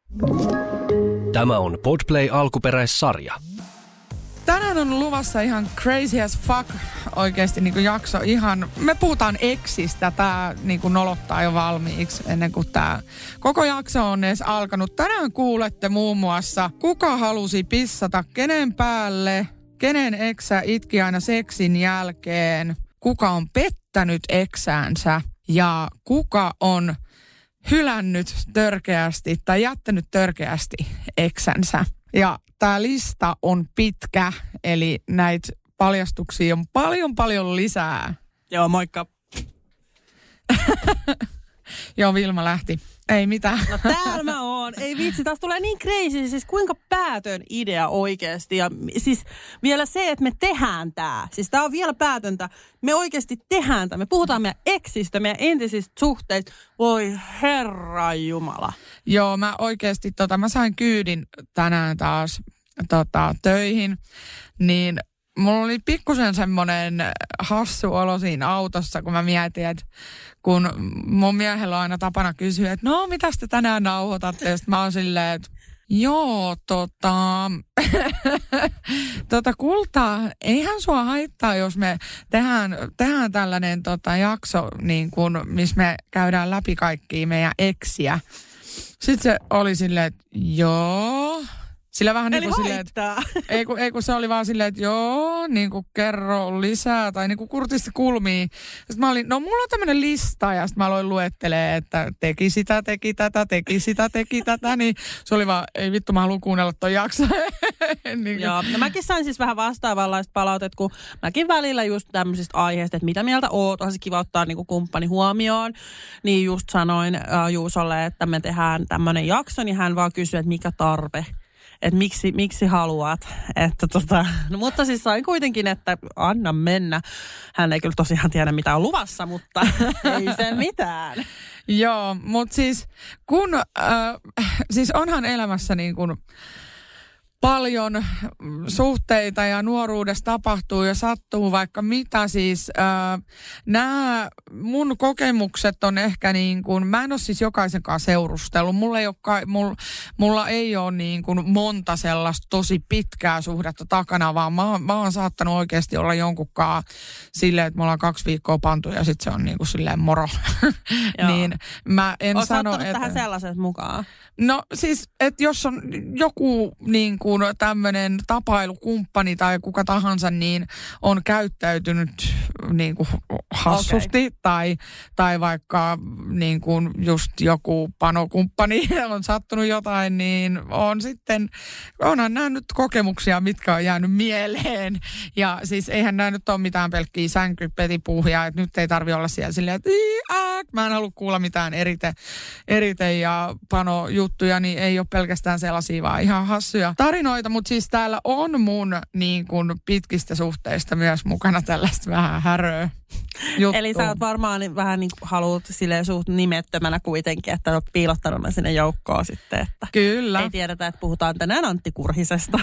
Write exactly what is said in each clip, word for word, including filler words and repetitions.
Tämä on Podplay alkuperäissarja. Tänään on luvassa ihan crazy as fuck oikeasti niin kuin jakso. Ihan, me puhutaan eksistä. Tää niin kuin nolottaa jo valmiiksi ennen kuin tää koko jakso on edes alkanut. Tänään kuulette muun muassa, kuka halusi pissata kenen päälle, kenen eksä itki aina seksin jälkeen, kuka on pettänyt eksäänsä ja kuka on hylännyt törkeästi tai jättänyt törkeästi eksänsä. Ja tämä lista on pitkä, eli näitä paljastuksia on paljon paljon lisää. Joo, moikka. Joo, Vilma lähti. Ei mitään. No täällä mä oon. Ei vitsi, taas tulee niin crazy. Siis kuinka päätön idea oikeasti. Ja siis vielä se, että me tehdään tää. Siis tää on vielä päätöntä. Me oikeasti tehdään tää. Me puhutaan meidän eksistä, meidän entisistä suhteista. Voi herran jumala. Joo, mä oikeasti tota, mä sain kyydin tänään taas tota, töihin. Niin mulla oli pikkusen semmoinen hassu olo siinä autossa, kun mä mietin, että kun mun miehellä on aina tapana kysyä, että no, mitäs te tänään nauhoitatte? Ja sitten mä oon silleen, että joo, tota, tota kultaa, eihän sua haittaa, jos me tehdään, tehdään tällainen tota, jakso, niin kun, missä me käydään läpi kaikkia meidän eksiä. Sitten se oli silleen, että joo. Sillä vähän Eli niin kuin silleen, että ei kun, ei kun se oli vaan silleen, että joo, niin kuin kerro lisää tai niin kuin kurtisti kulmii. Sitten mä olin, no mulla on tämmöinen lista ja sitten mä aloin luettelemaan, että teki sitä, teki tätä, teki sitä, teki tätä. Niin se oli vaan, ei vittu, mä haluan kuunnella ton jakso. niin joo, no mäkin sain siis vähän vastaavanlaista palautetta, kun mäkin välillä just tämmöisistä aiheista, että mitä mieltä oot, onhan se kiva ottaa niin kuin kumppani huomioon. Niin just sanoin äh, Juusolle, että me tehdään tämmöinen jakso, niin hän vaan kysyi, että mikä tarve. Että miksi, miksi haluat. Että tota, no, mutta siis sain kuitenkin, että anna mennä. Hän ei kyllä tosiaan tiedä, mitä on luvassa, mutta ei se mitään. Joo, mutta siis kun, äh, siis onhan elämässä niin kuin paljon suhteita ja nuoruudessa tapahtuu ja sattuu vaikka mitä. Siis äh, nämä mun kokemukset on ehkä niin kuin, mä en ole siis jokaisen kanssa seurustellut. Mulla ei ole, mulla, mulla ei ole niin kuin monta sellaista tosi pitkää suhdetta takana, vaan mä, mä oon saattanut oikeasti olla jonkunkaan silleen, että me ollaan kaksi viikkoa pantu ja sitten se on niin kuin silleen moro. niin mä en Oot sano, että tähän sellaiset mukaan? No siis, että jos on joku niin kuin tämmöinen tapailukumppani tai kuka tahansa, niin on käyttäytynyt niin kuin hassusti okay. tai, tai vaikka niin kuin just joku panokumppani on sattunut jotain, niin on sitten, onhan nähnyt kokemuksia, mitkä on jäänyt mieleen. Ja siis eihän nämä nyt ole mitään pelkkiä sänkypetipuhia, että nyt ei tarvitse olla siellä silleen, että mä en halua kuulla mitään erite, erite ja panojuttuja, niin ei ole pelkästään sellaisia, vaan ihan hassuja tarinoita. Mutta siis täällä on mun niin kuin pitkistä suhteista myös mukana tällaista vähän häröä juttua. Eli sä oot varmaan vähän niin kuin haluat silleen suht nimettömänä kuitenkin, että oot piilottanut ne sinne joukkoon sitten. Että kyllä. Ei tiedetä, että puhutaan tänään Antti Kurhisesta.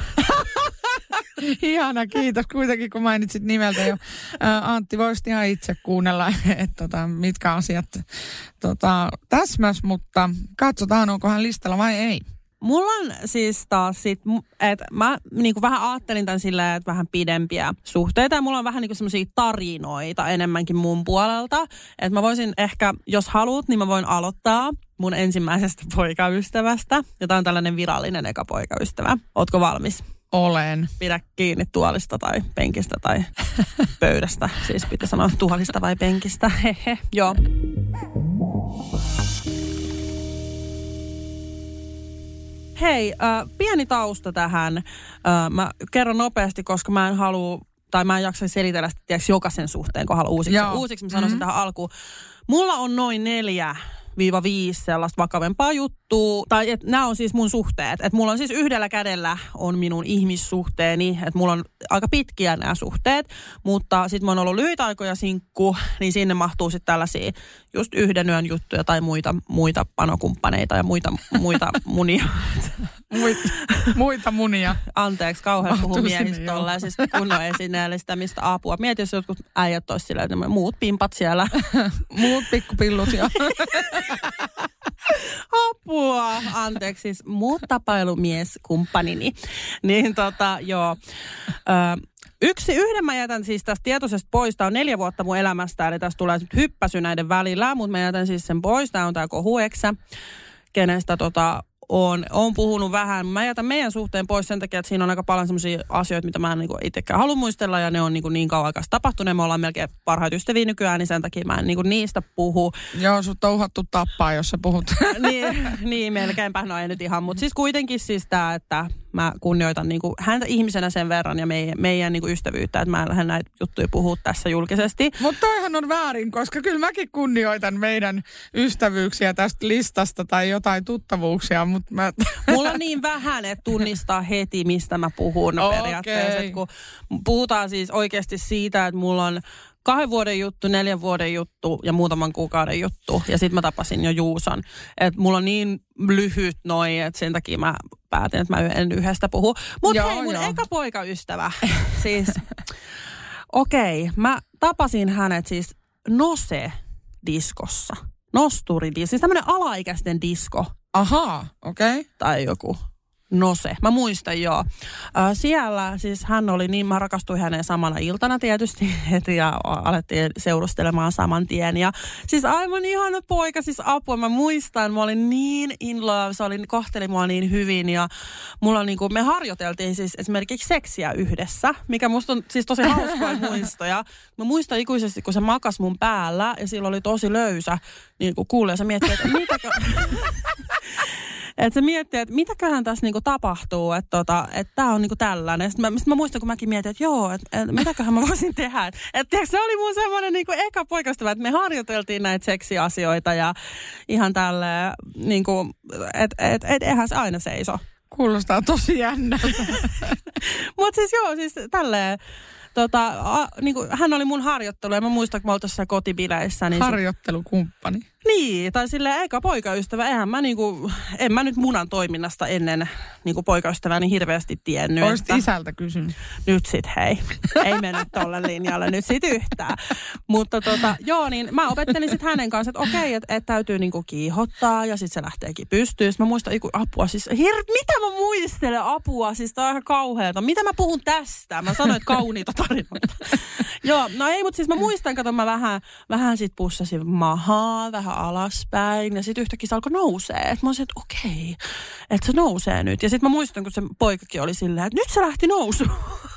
Ihana, kiitos. Kuitenkin kun mainitsit nimeltä jo. Ä, Antti, voisit ihan itse kuunnella, että tota, mitkä asiat tota, täsmäs, mutta katsotaan, onko hän listalla vai ei. Mulla on siis taas sit, että mä niinku vähän ajattelin tämän silleen, että vähän pidempiä suhteita. Ja mulla on vähän niinku semmosia tarinoita enemmänkin mun puolelta. Että mä voisin ehkä, jos haluat, niin mä voin aloittaa mun ensimmäisestä poikaystävästä. Ja tää on tällainen virallinen eka poikaystävä. Ootko valmis? Olen. Pidä kiinni tuolista tai penkistä tai pöydästä. Siis pitää sanoa tuolista vai penkistä. Hehe, joo. Hei, äh, pieni tausta tähän. Äh, mä kerron nopeasti, koska mä en halua, tai mä en jaksa selitellä sitä, tiedätkö, jokaisen suhteen kohdalla uusiksi. Joo. Uusiksi mä sanoisin mm-hmm. tähän alkuun. Mulla on noin neljä viiva viisi sellaista vakavempaa juttua, tai että nämä on siis mun suhteet. Että mulla on siis yhdellä kädellä on minun ihmissuhteeni, että mulla on aika pitkiä nämä suhteet, mutta sitten mä oon ollut lyhyitä aikoja sinkku, niin sinne mahtuu sitten tällaisia just yhden yön juttuja tai muita, muita panokumppaneita ja muita, muita munia. Muita, muita munia. Anteeksi, kauhean puhun miehistä tolleen, siis kunnon esineellistämistä apua. Mieti, jos jotkut äijät olisi silleen, muut pimpat siellä. Muut pikkupillut ja Apua, anteeksi, siis muut tapailumies kumppanini. Niin tota, joo. Ö, yksi, yhden mä jätän siis tästä tietoisesta pois. Tää on neljä vuotta mun elämästä, eli tässä tulee hyppäsy näiden välillä, mutta mä jätän siis sen pois. Tää on tää kohueksä, kenestä tota... Oon, oon puhunut vähän. Mä jätän meidän suhteen pois sen takia, että siinä on aika paljon semmoisia asioita, mitä mä en niinku itsekään halua muistella, ja ne on niinku niin kauan aikaa tapahtunut. Me ollaan melkein parhaita ystäviä nykyään, niin sen takia mä en niinku niistä puhu. Joo, sut on uhattu tappaa, jos sä puhut. niin, niin, melkeinpä, no ei nyt ihan, mutta siis kuitenkin siis tää, että mä kunnioitan niinku häntä ihmisenä sen verran ja meidän, meidän niinku ystävyyttä, että mä en lähde näitä juttuja puhua tässä julkisesti. Mutta toihan on väärin, koska kyllä mäkin kunnioitan meidän ystävyyksiä tästä listasta tai jotain tuttavuuksia, mutta mä... Mulla on niin vähän, että tunnistaa heti, mistä mä puhun okay. periaatteessa. Että kun puhutaan siis oikeasti siitä, että mulla on kahden vuoden juttu, neljän vuoden juttu ja muutaman kuukauden juttu. Ja sit mä tapasin jo Juuson. Että mulla on niin lyhyt noi, että sen takia mä päätin, että mä en yhdestä puhu. Mutta hei, mun joo. eka poikaystävä. Siis, okei, okay, mä tapasin hänet siis Nose-diskossa. Nosturi-disko, siis tämmönen alaikäisten disko. Ahaa, okei. Okay. Tai joku. No se, mä muistan joo. Äh, siellä siis hän oli niin, mä rakastuin häneen samana iltana tietysti heti ja alettiin seurustelemaan saman tien. Ja siis aivan ihana poika, siis apua, mä muistan, mä olin niin in love, se oli, kohteli mua niin hyvin ja mulla on niinku, me harjoiteltiin siis esimerkiksi seksiä yhdessä, mikä musta on siis tosi hauskoja muistoja. Mä muistan ikuisesti, kun se makas mun päällä ja sillä oli tosi löysä, niin kun kuulee ja se miettii, että mitäkö... Että se miettii, että mitäköhän tässä niinku tapahtuu, että tota, et tää on niinku tällainen. Sitten mä, sit mä muistan, kun mäkin mietin, että joo, että et, mitäköhän mä voisin tehdä. Että et, se oli mun semmoinen niinku eka poikastava, että me harjoiteltiin näitä seksiasioita ja ihan tälleen, niinku, että et, et, eihän se aina seiso. Kuulostaa tosi jännältä. Mutta siis joo, siis tälleen. Tota, a, niinku, hän oli mun harjoittelu ja mä muistan, kun mä olin tuossa kotibileissä. Niin harjoittelukumppani. Se, niin, tai silleen eikä poikaystävä. Eihän mä niinku, en mä nyt munan toiminnasta ennen niinku poikaystäväni hirveästi tiennyt. Oisit isältä kysynyt. Nyt sit hei, ei mennä tolle linjalle nyt sit yhtään. Mutta tota, joo niin mä opettelin sit hänen kanssa, että okei, että et täytyy niinku kiihottaa ja sit se lähteekin pystyyn. Sitten mä muistan iku, apua, siis hir, mitä mä muistelen apua, siis tää on ihan kauheata. Mitä mä puhun tästä? Mä sanoin, että kauniita tarinoita. Joo, no ei, mutta siis mä muistan, kato mä vähän, vähän sit pussasin mahaa, vähän alaspäin ja sitten yhtäkkiä se alkoi nousee. Että mä olisin, että okei, että se nousee nyt. Ja sitten mä muistan, kun se poikakin oli silleen, että nyt se lähti nousuun.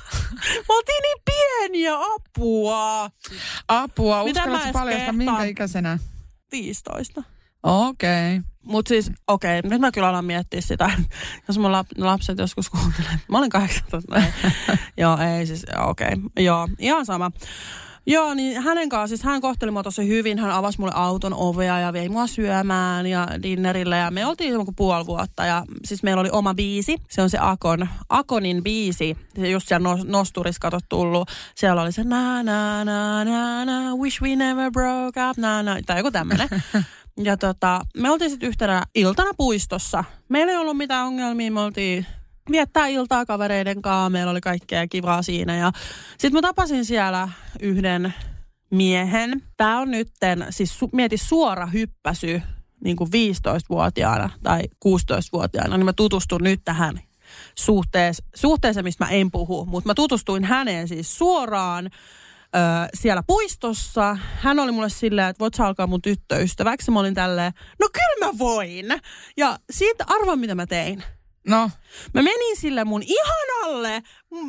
Mä oltiin niin pieniä, apua. Apua, uskallatko paljastaa minkä ikäisenä? viisitoista. Okei. Okay. Mutta siis, okei, okay, nyt mä kyllä alan miettiä sitä, jos mun lap, lapset joskus kuuntelee. Mä olin kahdeksantoista. Joo, ei siis, okei. Okay. Joo, ihan sama. Joo, niin hänen kanssa, siis hän kohteli mua tosi hyvin. Hän avasi mulle auton ovea ja vei mua syömään ja dinnerille. Ja me oltiin joku puoli vuotta ja siis meillä oli oma biisi. Se on se Akon, Akonin biisi. Just siellä nosturis katot tullut. Siellä oli se na na na na na, wish we never broke up, na na, tai joku tämmönen. Ja tota, me oltiin sitten yhtenä iltana puistossa. Meillä ei ollut mitään ongelmia, me oltiin viettää iltaa kavereiden kanssa, meillä oli kaikkea kivaa siinä. Ja sitten mä tapasin siellä yhden miehen. Tää on nytten, siis su, mieti suora hyppäsy niin kuin viisitoistavuotiaana tai kuusitoistavuotiaana. Niin mä tutustun nyt tähän suhteeseen, suhteeseen mistä mä en puhu. Mutta mä tutustuin häneen siis suoraan. Öö, siellä puistossa. Hän oli mulle silleen, että voit sä alkaa mun tyttöystäväksi. Mä olin tälleen, no kyllä mä voin. Ja siitä arvaa, mitä mä tein. No? Mä menin sille mun ihanalle,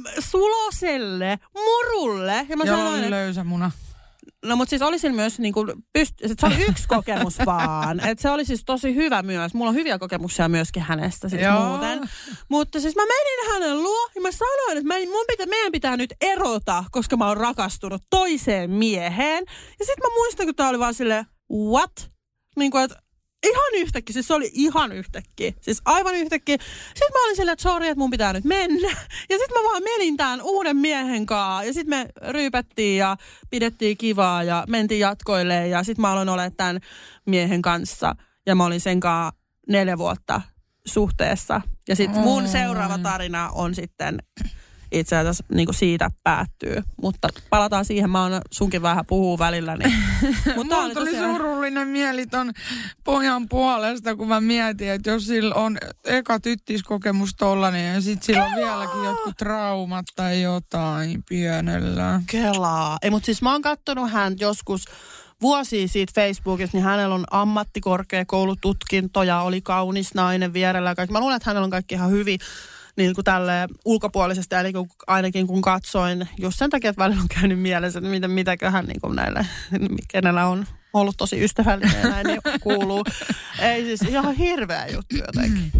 suloselle, murulle. Ja mä Joo, sanoin, löysä muna. No mutta siis oli sillä myös niinku, pyst- se oli yksi kokemus vaan. Että se oli siis tosi hyvä myös. Mulla on hyviä kokemuksia myöskin hänestä siis muuten. Mutta siis mä menin hänen luo ja mä sanoin, että mä, mun pitä, meidän pitää nyt erota, koska mä oon rakastunut toiseen mieheen. Ja sit mä muistan, kun tää oli vaan silleen, what? Niinku että ihan yhtäkkiä, siis se oli ihan yhtäkkiä. Siis aivan yhtäkkiä. Sitten mä olin silleen, että sori, että mun pitää nyt mennä. Ja sitten mä vaan menin tämän uuden miehen kanssa. Ja sitten me ryypättiin ja pidettiin kivaa ja mentiin jatkoille. Ja sitten mä aloin olemaan tämän miehen kanssa. Ja mä olin sen kanssa neljä vuotta suhteessa. Ja sitten mun seuraava tarina on sitten itse asiassa niin kuin siitä päättyy. Mutta palataan siihen, mä oon sunkin vähän puhuu välillä. Niin. Mutta mulla tuli tosiaan surullinen mieli ton pojan puolesta, kun mä mietin, että jos sillä on eka tyttiskokemus tollanen ja sit sillä on vieläkin jotkut traumat tai jotain pienellä. Kelaa. Ei, mutta siis mä oon kattonut hän joskus vuosia siitä Facebookista, niin hänellä on ammattikorkeakoulututkinto ja oli kaunis nainen vierellä ja kaikki. Mä luulen, että hänellä on kaikki ihan hyvin niin kuin tälleen ulkopuolisesti, eli kun, ainakin kun katsoin, just sen takia, että välillä on käynyt mielessä, että mitä, mitäköhän niin kuin näille, kenellä on ollut tosi ystävällinen ja näin, niin kuuluu. Ei siis ihan hirveä juttu jotenkin.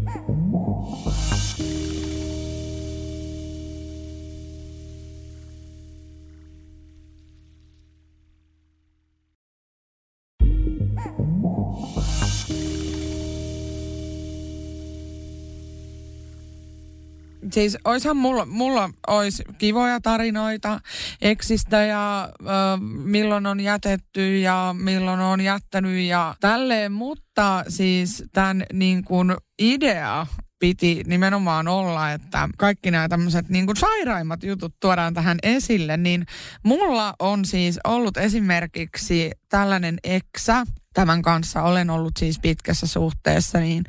Siis oishan mulla, mulla olisi kivoja tarinoita eksistä ja ö, milloin on jätetty ja milloin on jättänyt ja tälleen, mutta siis tämän niin kuin idea piti nimenomaan olla, että kaikki nämä tämmöiset niin kuin sairaimmat jutut tuodaan tähän esille, niin mulla on siis ollut esimerkiksi tällainen eksä, tämän kanssa olen ollut siis pitkässä suhteessa, niin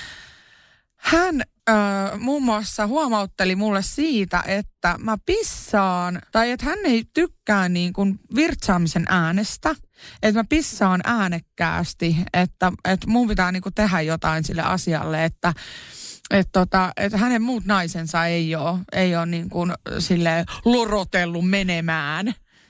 hän ö, muun muassa huomautteli mulle siitä, että mä pissaan, tai että hän ei tykkää niin kuin virtsaamisen äänestä, että mä pissaan äänekkäästi, että, että mun pitää niin kuin tehdä jotain sille asialle, että Että tota, et hänen muut naisensa ei ole, ei ole niin kuin silleen lorotellut menemään.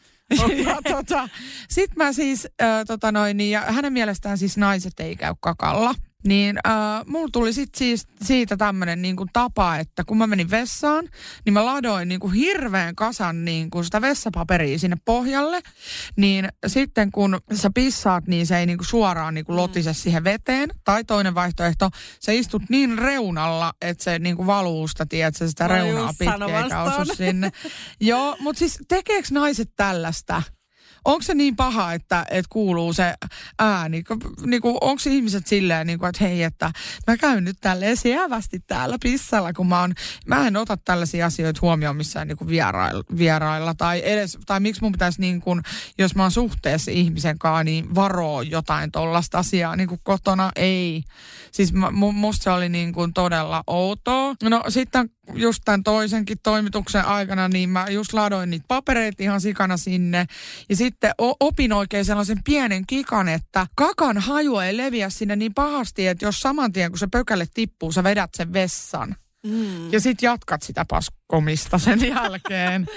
Ja tota, sit mä siis, äh, tota noin, ja hänen mielestään siis naiset ei käy kakalla. Niin äh, mulla tuli sit siis siitä tämmönen niinku tapa, että kun mä menin vessaan, niin mä ladoin niinku hirveän kasan niinku sitä vessapaperia sinne pohjalle. Niin sitten kun sä pissaat, niin se ei niinku suoraan niinku lotise siihen veteen. Tai toinen vaihtoehto, sä istut niin reunalla, että se niinku valuu sitä, tiedätkö, sitä reunaa pitkin eikä osu sinne. Joo, mutta siis tekeekö naiset tällaista? Onko se niin paha, että, että kuuluu se ääni? Niin kuin, onko ihmiset silleen, niin kuin, että hei, että mä käyn nyt tälleen sievästi täällä pissalla, kun mä, on, mä en ota tällaisia asioita huomioon missään niin kuin vierailla, vierailla. Tai, edes, tai miksi mun pitäisi, niin kuin, jos mä oon suhteessa ihmisen kanssa, niin varoa jotain tollaista asiaa niin kuin kotona? Ei. Siis mä, musta se oli niin kuin todella outoa. No sitten just tämän toisenkin toimituksen aikana, niin mä just ladoin niitä papereita ihan sikana sinne. Ja sitten opin oikein sellaisen pienen kikan, että kakan haju ei leviä sinne niin pahasti, että jos saman tien kun se pökälle tippuu, sä vedät sen vessan. Mm. Ja sit jatkat sitä paskomista sen jälkeen.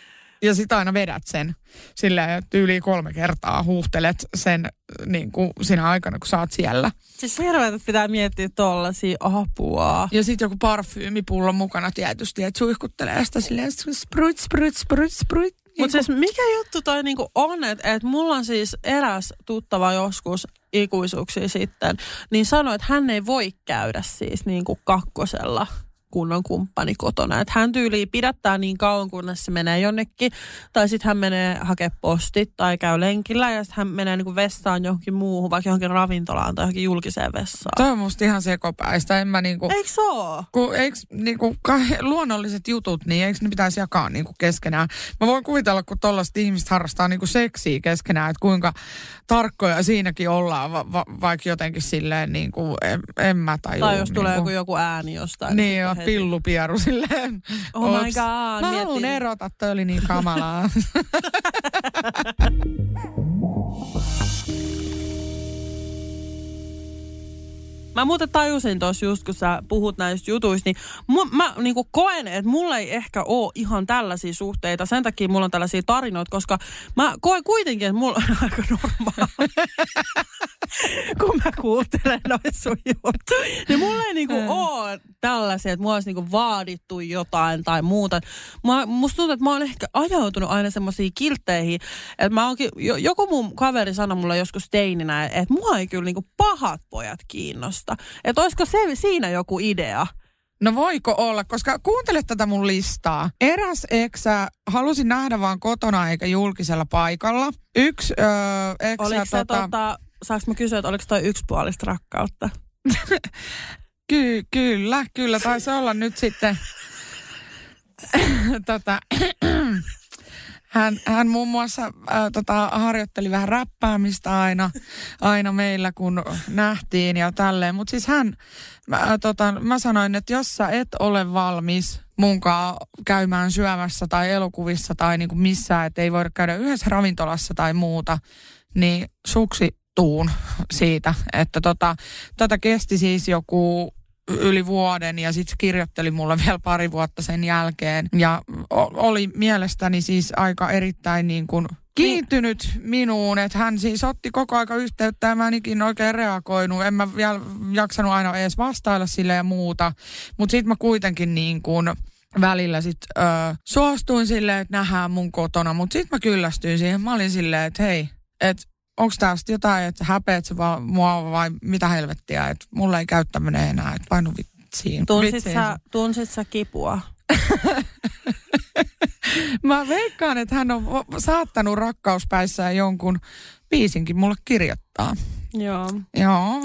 Ja sit aina vedät sen silleen, että yli kolme kertaa huuhtelet sen niin kuin siinä aikana, kun sä oot siellä. Siis hirveet, että pitää miettiä tollaisia apua. Ja sit joku parfyymipullo mukana tietysti, että suihkuttelee sitä silleen spruit, spruit, spruit, spruit. Mutta siis mikä juttu toi niinku on, että et mulla on siis eräs tuttava joskus ikuisuuksia sitten, niin sanoi, että hän ei voi käydä siis niinku kakkosella kunnon kumppani kotona. Että hän tyyliin pidättää niin kauan, kunnes se menee jonnekin. Tai sitten hän menee hakemaan postit tai käy lenkillä ja sitten hän menee niinku vessaan johonkin muuhun, vaikka johonkin ravintolaan tai johonkin julkiseen vessaan. Tämä on musta ihan sekopäistä. En mä niinku... Eikö se oo? Kun eikö niinku luonnolliset jutut, niin eikö ne pitäisi jakaa niinku keskenään? Mä voin kuvitella, kun tollaiset ihmiset harrastaa niinku seksiä keskenään, että kuinka tarkkoja siinäkin ollaan, va- va- vaikka jotenkin silleen niinku, en, en mä tajua. Tai jos niinku. tulee joku, joku ääni jostain. Niin joo, pillupieru silleen. Oh my god. Mä haluun erota, toi oli niin kamalaa. Mä muuten tajusin tuossa just, kun sä puhut näistä jutuista, niin mu, mä niinku koen, että mulla ei ehkä ole ihan tällaisia suhteita. Sen takia mulla on tällaisia tarinoita, koska mä koen kuitenkin, että mulla on aika normaali. Kun mä kuuntelen noita sun juttuja. Niin mulla ei niinku ole tällaisia, että mulla olisi niinku vaadittu jotain tai muuta. Mä, musta tuntuu, että mä oon ehkä ajautunut aina semmoisiin kiltteihin, että mä oonkin, joku mun kaveri sanoi mulle joskus teininä, että mua ei kyllä niinku pahat pojat kiinnosta. Että olisiko se siinä joku idea? No voiko olla, koska kuuntele tätä mun listaa. Eräs eksä halusin nähdä vaan kotona eikä julkisella paikalla. Yksi öö, eksä... Oliko se tota... tota saanko mä kysyä, että oliko toi yksipuolista rakkautta? Ky- kyllä, kyllä. Taisi olla nyt sitten... tota, hän, hän muun muassa äh, tota, harjoitteli vähän räppäämistä aina, aina meillä, kun nähtiin ja tälleen. Mutta siis hän, mä, äh, tota, mä sanoin, että jos sä et ole valmis munkaan käymään syömässä tai elokuvissa tai niinku missään, että ei voida käydä yhdessä ravintolassa tai muuta, niin suksi tuun siitä. Että tota, tätä kesti siis joku yli vuoden ja sitten kirjoitteli mulle vielä pari vuotta sen jälkeen. Ja oli mielestäni siis aika erittäin niin kuin kiintynyt minuun, että hän siis otti koko aika yhteyttä ja mä en ikinä oikein reagoinut. En mä vielä jaksanut aina edes vastailla sille ja muuta, mutta sitten mä kuitenkin niin kuin välillä sitten öö, suostuin silleen, että nähdään mun kotona, mutta sitten mä kyllästyin siihen. Mä olin silleen, että hei, että onko tästä jotain, että häpeät se vaan mua vai mitä helvettiä, että mulla ei käy tämmönen enää, että painu vitsiin. Tunsit sä, tunsit sä kipua? Mä veikkaan, että hän on saattanut rakkauspäissään jonkun biisinkin mulle kirjoittaa. Joo. Joo.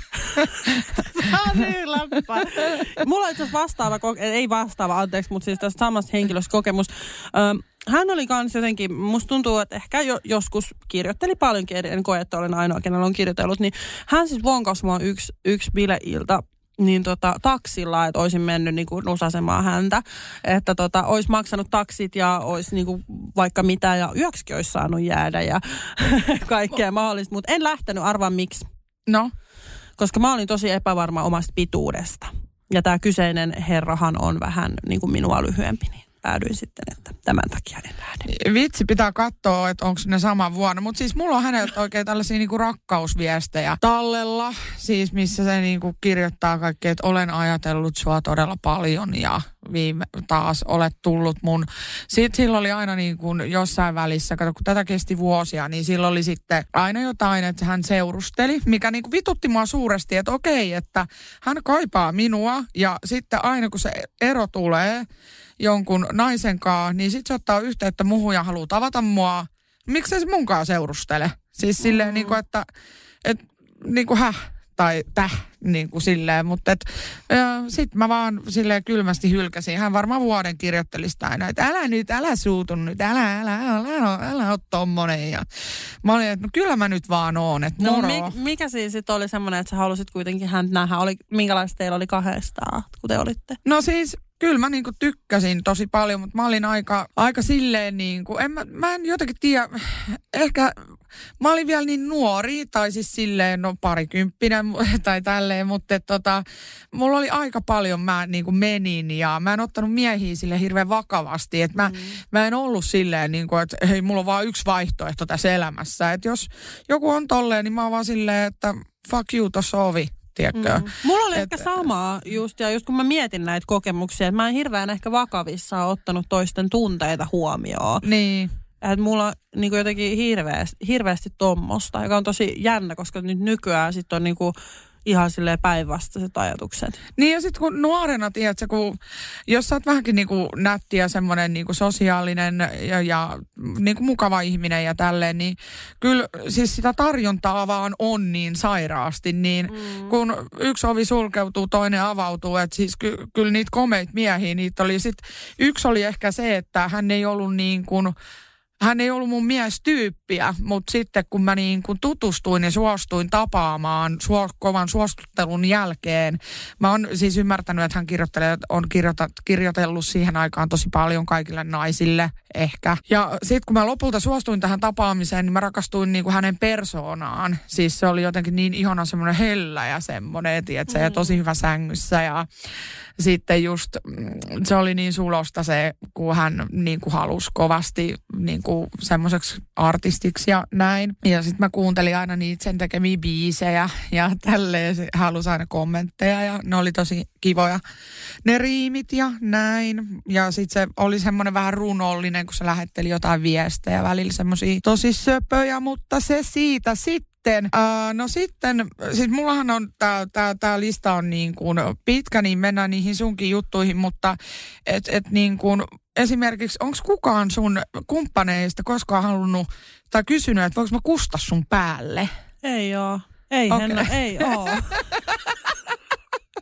niin läppä. Mulla on itse asiassa vastaava, ei vastaava, anteeksi, mutta siis tästä samasta henkilöstä kokemus. Öm, hän oli kans jotenkin, musta tuntuu, että ehkä jo, joskus kirjoitteli paljonkin, en koe, että olen ainoa, kenellä on kirjoitellut, niin hän siis vonkasi mua yksi, yksi bileilta niin tota, taksilla, että olisin mennyt niinku nusasemaan häntä, että tota, olisi maksanut taksit ja olisi niinku vaikka mitä ja yöksikin olisi saanut jäädä ja kaikkea mahdollista, mutta en lähtenyt, arvaa miksi. No? Koska mä olin tosi epävarma omasta pituudesta ja tämä kyseinen herrahan on vähän niinku minua lyhyempi, niin päädyin sitten, että tämän takia en lähde. Vitsi, pitää katsoa, että onko ne saman vuonna. Mutta siis mulla on häneltä oikein tällaisia niinku rakkausviestejä tallella. Siis missä se niinku kirjoittaa kaikkea, että olen ajatellut sua todella paljon ja viime taas olet tullut mun. Sitten silloin oli aina niin kuin jossain välissä, kato kun tätä kesti vuosia, niin silloin oli sitten aina jotain, että hän seurusteli, mikä niin kuin vitutti mua suuresti, että okei, että hän kaipaa minua ja sitten aina kun se ero tulee jonkun naisen kanssa, niin sitten se ottaa yhteyttä muhun ja haluaa tavata mua. Miksei se munkaan seurustele? Siis silleen mm. niin kuin, että et, niin kuin häh tai täh, niin kuin silleen, mutta et, sitten mä vaan silleen kylmästi hylkäsin. Hän varmaan vuoden kirjoitteli sitä aina, että älä nyt, älä suutu nyt, älä, älä, älä, älä, älä ole tommonen. Ja mä olin, että no kyllä mä nyt vaan oon, että moro. No mi- mikä siis sitten oli semmoinen, että sä halusit kuitenkin häntä nähdä? Oli, minkälaista teillä oli kahdestaan, kun te olitte? No siis kyllä mä niinku tykkäsin tosi paljon, mutta mä olin aika, aika silleen niinku, en mä, mä en jotenkin tiedä, ehkä mä olin vielä niin nuori, tai siis silleen no parikymppinen tai tälleen, mutta tota, mulla oli aika paljon, mä niinku menin ja mä en ottanut miehiä sille hirveän vakavasti, että mä, mm. mä en ollut silleen niinku, että hei mulla on vaan yksi vaihtoehto tässä elämässä, että jos joku on tolleen, niin mä oon vaan silleen, että fuck you, tossa ovi. Mm. Mulla oli et, ehkä samaa just, ja just kun mä mietin näitä kokemuksia, että mä en hirveän ehkä vakavissaan ottanut toisten tunteita huomioon. Niin. Että mulla on niin kuin jotenkin hirveästi, hirveästi tommosta, joka on tosi jännä, koska nyt nykyään sit on niin kuin ihan silleen päinvastaiset ajatukset. Niin ja sitten kun nuorena, tiedätkö, kun jos sä oot vähänkin niinku nätti ja semmoinen niinku sosiaalinen ja, ja niinku mukava ihminen ja tälleen, niin kyllä siis sitä tarjontaa vaan on niin sairaasti, niin mm. kun yksi ovi sulkeutuu, toinen avautuu, että siis ky, kyllä niitä komeita miehiä, niitä oli sitten, yksi oli ehkä se, että hän ei ollut niin kuin hän ei ollut mun miestyyppiä, mutta sitten kun mä niin kun tutustuin ja suostuin tapaamaan suo, kovan suostuttelun jälkeen, mä oon siis ymmärtänyt, että hän kirjoittelee, on kirjoita, kirjoitellut siihen aikaan tosi paljon kaikille naisille ehkä. Ja sitten kun mä lopulta suostuin tähän tapaamiseen, niin mä rakastuin niin kuin hänen persoonaan. Siis se oli jotenkin niin ihana semmoinen hellä ja semmoinen, tietsä, ja tosi hyvä sängyssä ja sitten just se oli niin sulosta se, kun hän niin kuin halusi kovasti niin kuin semmoiseksi artistiksi ja näin. Ja sitten mä kuuntelin aina niitä sen tekemiä biisejä ja tälleen se halusi aina kommentteja ja ne oli tosi kivoja. Ne riimit ja näin. Ja sitten se oli semmoinen vähän runollinen, kun se lähetteli jotain viestejä välillä semmoisia tosi söpöjä, mutta se siitä sitten. Sitten, uh, no sitten, siis mullahan on, tää, tää, tää lista on niin kuin pitkä, niin mennään niihin sunkin juttuihin, mutta et, et niin kuin esimerkiksi, onko kukaan sun kumppaneista koskaan halunnut tai kysynyt, että voinko mä kustaa sun päälle? Ei oo. Ei, okay. Henna, ei oo.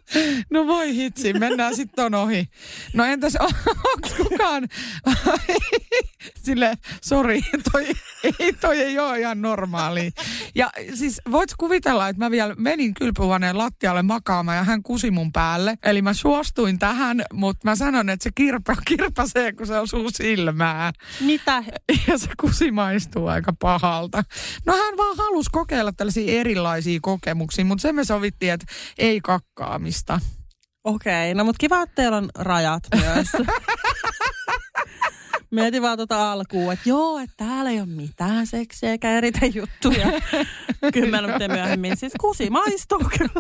No voi hitsi, mennään sitten ton ohi. No entäs, onko kukaan sille, sori, toi, ei, toi ei ole ihan normaali. Ja siis voit kuvitella, että mä vielä menin kylpyhuoneen lattialle makaamaan ja hän kusi mun päälle. Eli mä suostuin tähän, mutta mä sanon, että se kirpa, kirpasee, kun se osuu silmään. Mitä? Ja se kusi maistuu aika pahalta. No hän vaan halusi kokeilla tällaisia erilaisia kokemuksia, mutta sen me sovittiin, että ei kakkaamista. Okei, okay, no mutta kiva, että teillä on rajat myös. Mietin vaan tuota alkuun, että joo, että täällä ei ole mitään seksiä eikä eritä juttuja. Kymmenen minuuttia myöhemmin, siis kusi maistuu kyllä.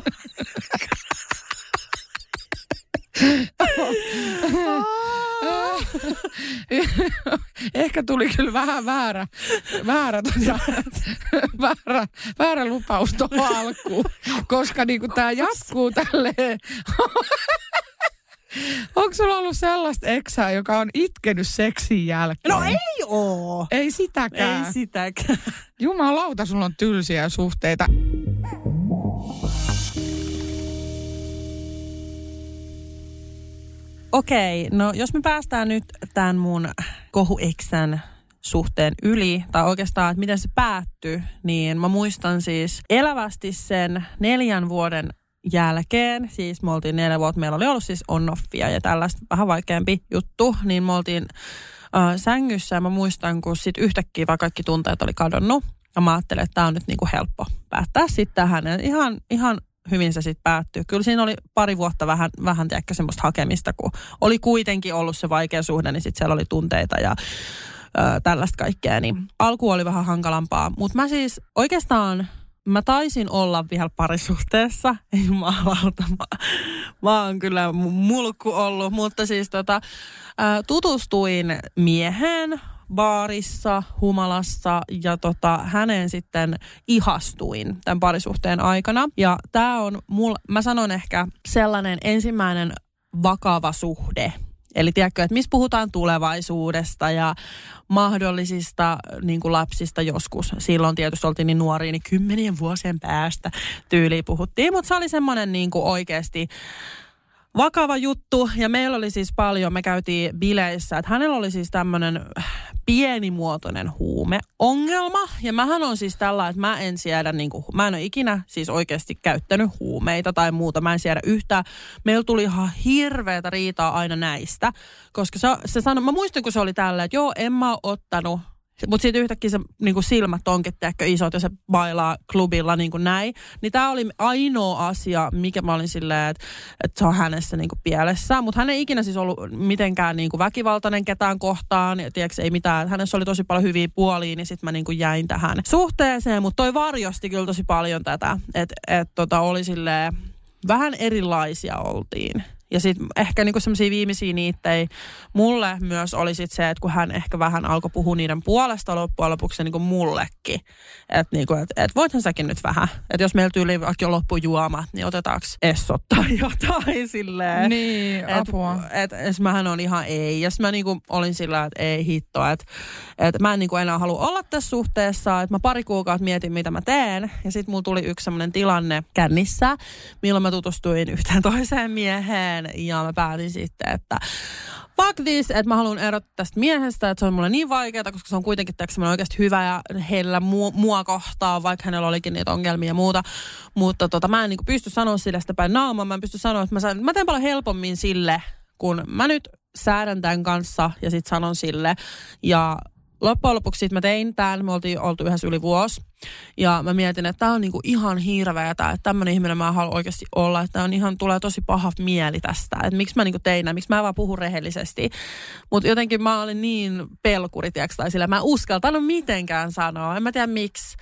Ehkä tuli kyllä vähän väärä, väärä, tota, väärä, väärä lupaus tuohon alkuun, koska niinku tää jatkuu tälleen. Onko sulla ollut sellaista eksää, joka on itkenyt seksin jälkeen? No ei oo. Ei sitäkään. Ei sitäkään. Jumalauta, sulla on tylsiä suhteita. Okei, no jos me päästään nyt tämän mun kohueksän suhteen yli, tai oikeastaan, että miten se päättyi, niin mä muistan siis elävästi sen neljän vuoden jälkeen, siis me oltiin neljä vuotta, meillä oli ollut siis on-offia ja tällaista vähän vaikeampi juttu, niin me oltiin äh, sängyssä ja mä muistan, kun sit yhtäkkiä vaan kaikki tunteet oli kadonnut, ja mä ajattelin, että tää on nyt niinku helppo päättää sitten tähän, ja ihan, ihan hyvin se sitten päättyi. Kyllä siinä oli pari vuotta vähän, vähän tiedäkö, semmoista hakemista, kun oli kuitenkin ollut se vaikea suhde, niin sitten siellä oli tunteita ja ö, tällaista kaikkea. Niin alku oli vähän hankalampaa, mutta mä siis oikeastaan, mä taisin olla vielä parisuhteessa. Ei jumalauta, mä, mä oon kyllä mulkku ollut, mutta siis tota, ö, tutustuin mieheen baarissa, humalassa ja tota, häneen sitten ihastuin tämän parisuhteen aikana. Ja tää on mulla, mä sanon ehkä sellainen ensimmäinen vakava suhde. Eli tiedätkö, että missä puhutaan tulevaisuudesta ja mahdollisista niin kuin lapsista joskus. Silloin tietysti oltiin niin nuoria, niin kymmenien vuosien päästä tyyliin puhuttiin. Mutta se oli semmoinen niin kuin oikeasti vakava juttu, ja meillä oli siis paljon, me käytiin bileissä, että hänellä oli siis tämmöinen pienimuotoinen huumeongelma, ja mähän on siis tällä, että mä en siedä, niin kuin, mä en ole ikinä siis oikeasti käyttänyt huumeita tai muuta, mä en siedä yhtään. Meillä tuli ihan hirveätä riitaa aina näistä, koska se, se sanoi, mä muistin, kun se oli tällä, että joo, en mä ole ottanut, mutta sitten yhtäkkiä se niin kuin silmät onkin tehkö isot ja se bailaa klubilla niin kuin näin. Niin tämä oli ainoa asia, mikä mä olin silleen, että, että se on hänessä niin kuin pielessä. Mutta hän ei ikinä siis ollut mitenkään niin kuin väkivaltainen ketään kohtaan. Ja tiedätkö, ei mitään. Hänessä oli tosi paljon hyviä puolia, niin sitten mä niin kuin jäin tähän suhteeseen. Mutta toi varjosti kyllä tosi paljon tätä. Että et, tota, oli silleen, vähän erilaisia oltiin. Ja sitten ehkä niinku semmoisia viimeisiä niittejä mulle myös oli sit se, että kun hän ehkä vähän alkoi puhua niiden puolesta loppujen lopuksi niinku mullekin. Että niinku, et, et voithan säkin nyt vähän. Että jos meillä tyyliin vaikka jo loppujuomat, niin otetaanko essot tai jotain silleen. Niin, apua. Että et, et, mähän on ihan ei. Ja mä niinku olin sillä, että ei hitto. Että et mä en niinku enää halua olla tässä suhteessa. Että mä pari kuukautta mietin, mitä mä teen. Ja sitten mulla tuli yksi semmoinen tilanne kännissä, milloin mä tutustuin yhteen toiseen mieheen. Ja mä päätin sitten, että fuck this, että mä haluan erottaa tästä miehestä, että se on mulle niin vaikeaa, koska se on kuitenkin semmoinen oikeasti hyvä ja heillä mua, mua kohtaa, vaikka hänellä olikin niitä ongelmia ja muuta. Mutta tota, mä en niin pysty sanoa sille sitä päin naamaa, mä en pysty sanoa, että mä, saan, mä teen paljon helpommin sille, kun mä nyt säädän tämän kanssa ja sit sanon sille. Ja loppujen lopuksi sit mä tein tämän, me oltiin oltu yhdessä yli vuosi. Ja mä mietin, että tää on niinku ihan hirveetä, että tämmönen ihminen mä haluan oikeasti olla, että on ihan, tulee tosi paha mieli tästä. Että miksi mä niinku tein näin, miksi mä vaan puhun rehellisesti. Mutta jotenkin mä olin niin pelkuri, tiiäks, tai sillä mä en uskaltanut mitenkään sanoa, en mä tiedä miksi.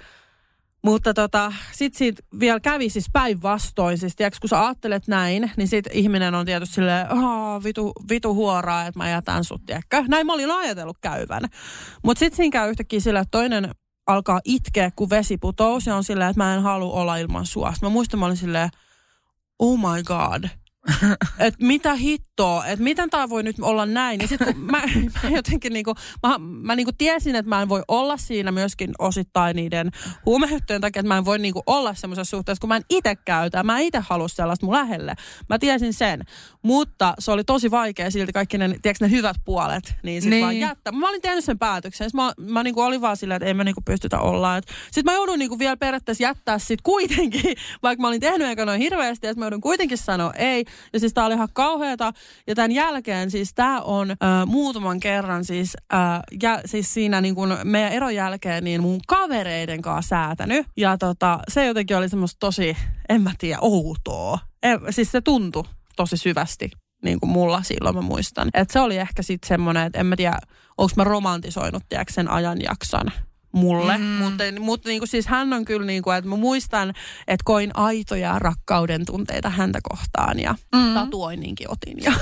Mutta tota, sit siitä vielä kävi siis päinvastoin, siis tiiäks, kun sä ajattelet näin, niin sit ihminen on tietysti silleen, vitu, vitu huoraa, että mä jätän sut, tiedäkö. Näin mä olin ajatellut käyvän. Mutta sit siinä käy yhtäkkiä silleen, että toinen alkaa itkeä, kun vesi putous, ja on silleen, että mä en halua olla ilman sua. Sitten mä muistan, mä olin silleen, oh my god. Että mitä hittoa. hittoa, että miten tää voi nyt olla näin. Ja sitten kun mä, mä jotenkin niinku, mä, mä niinku tiesin, että mä en voi olla siinä myöskin osittain niiden huumehyttöjen takia, että mä en voi niinku olla semmoisessa suhteessa, kun mä en itse käytä. Mä en itse halua sellaista mun lähelle. Mä tiesin sen. Mutta se oli tosi vaikea silti kaikki ne, tiedätkö, ne hyvät puolet, niin sitten niin. vaan jättää. Mä olin tehnyt sen päätöksen. Mä, mä niinku olin vaan silleen, että ei me niinku pystytä olla. Sitten mä joudun niinku vielä periaatteessa jättää sit kuitenkin, vaikka mä olin tehnyt eikä noin hirveästi, että mä joudun kuitenkin sanoa ei. Ja siis tää oli ihan kauheata. Ja tämän jälkeen siis tää on äh, muutaman kerran siis, äh, ja, siis siinä niinku meidän eron jälkeen niin mun kavereiden kanssa säätänyt. Ja tota, se jotenkin oli semmoista tosi, en mä tiedä, outoa. E, siis se tuntui tosi syvästi. Niin kuin mulla silloin mä muistan. Että se oli ehkä sitten semmoinen, että en mä tiedä, onko mä romantisoinut tiedätkö, sen ajanjakson mulle. Mm. Mutta, mutta niin kuin siis hän on kyllä niin kuin, että mä muistan, että koin aitoja rakkauden tunteita häntä kohtaan ja mm. tatuoinninkin otin. Ja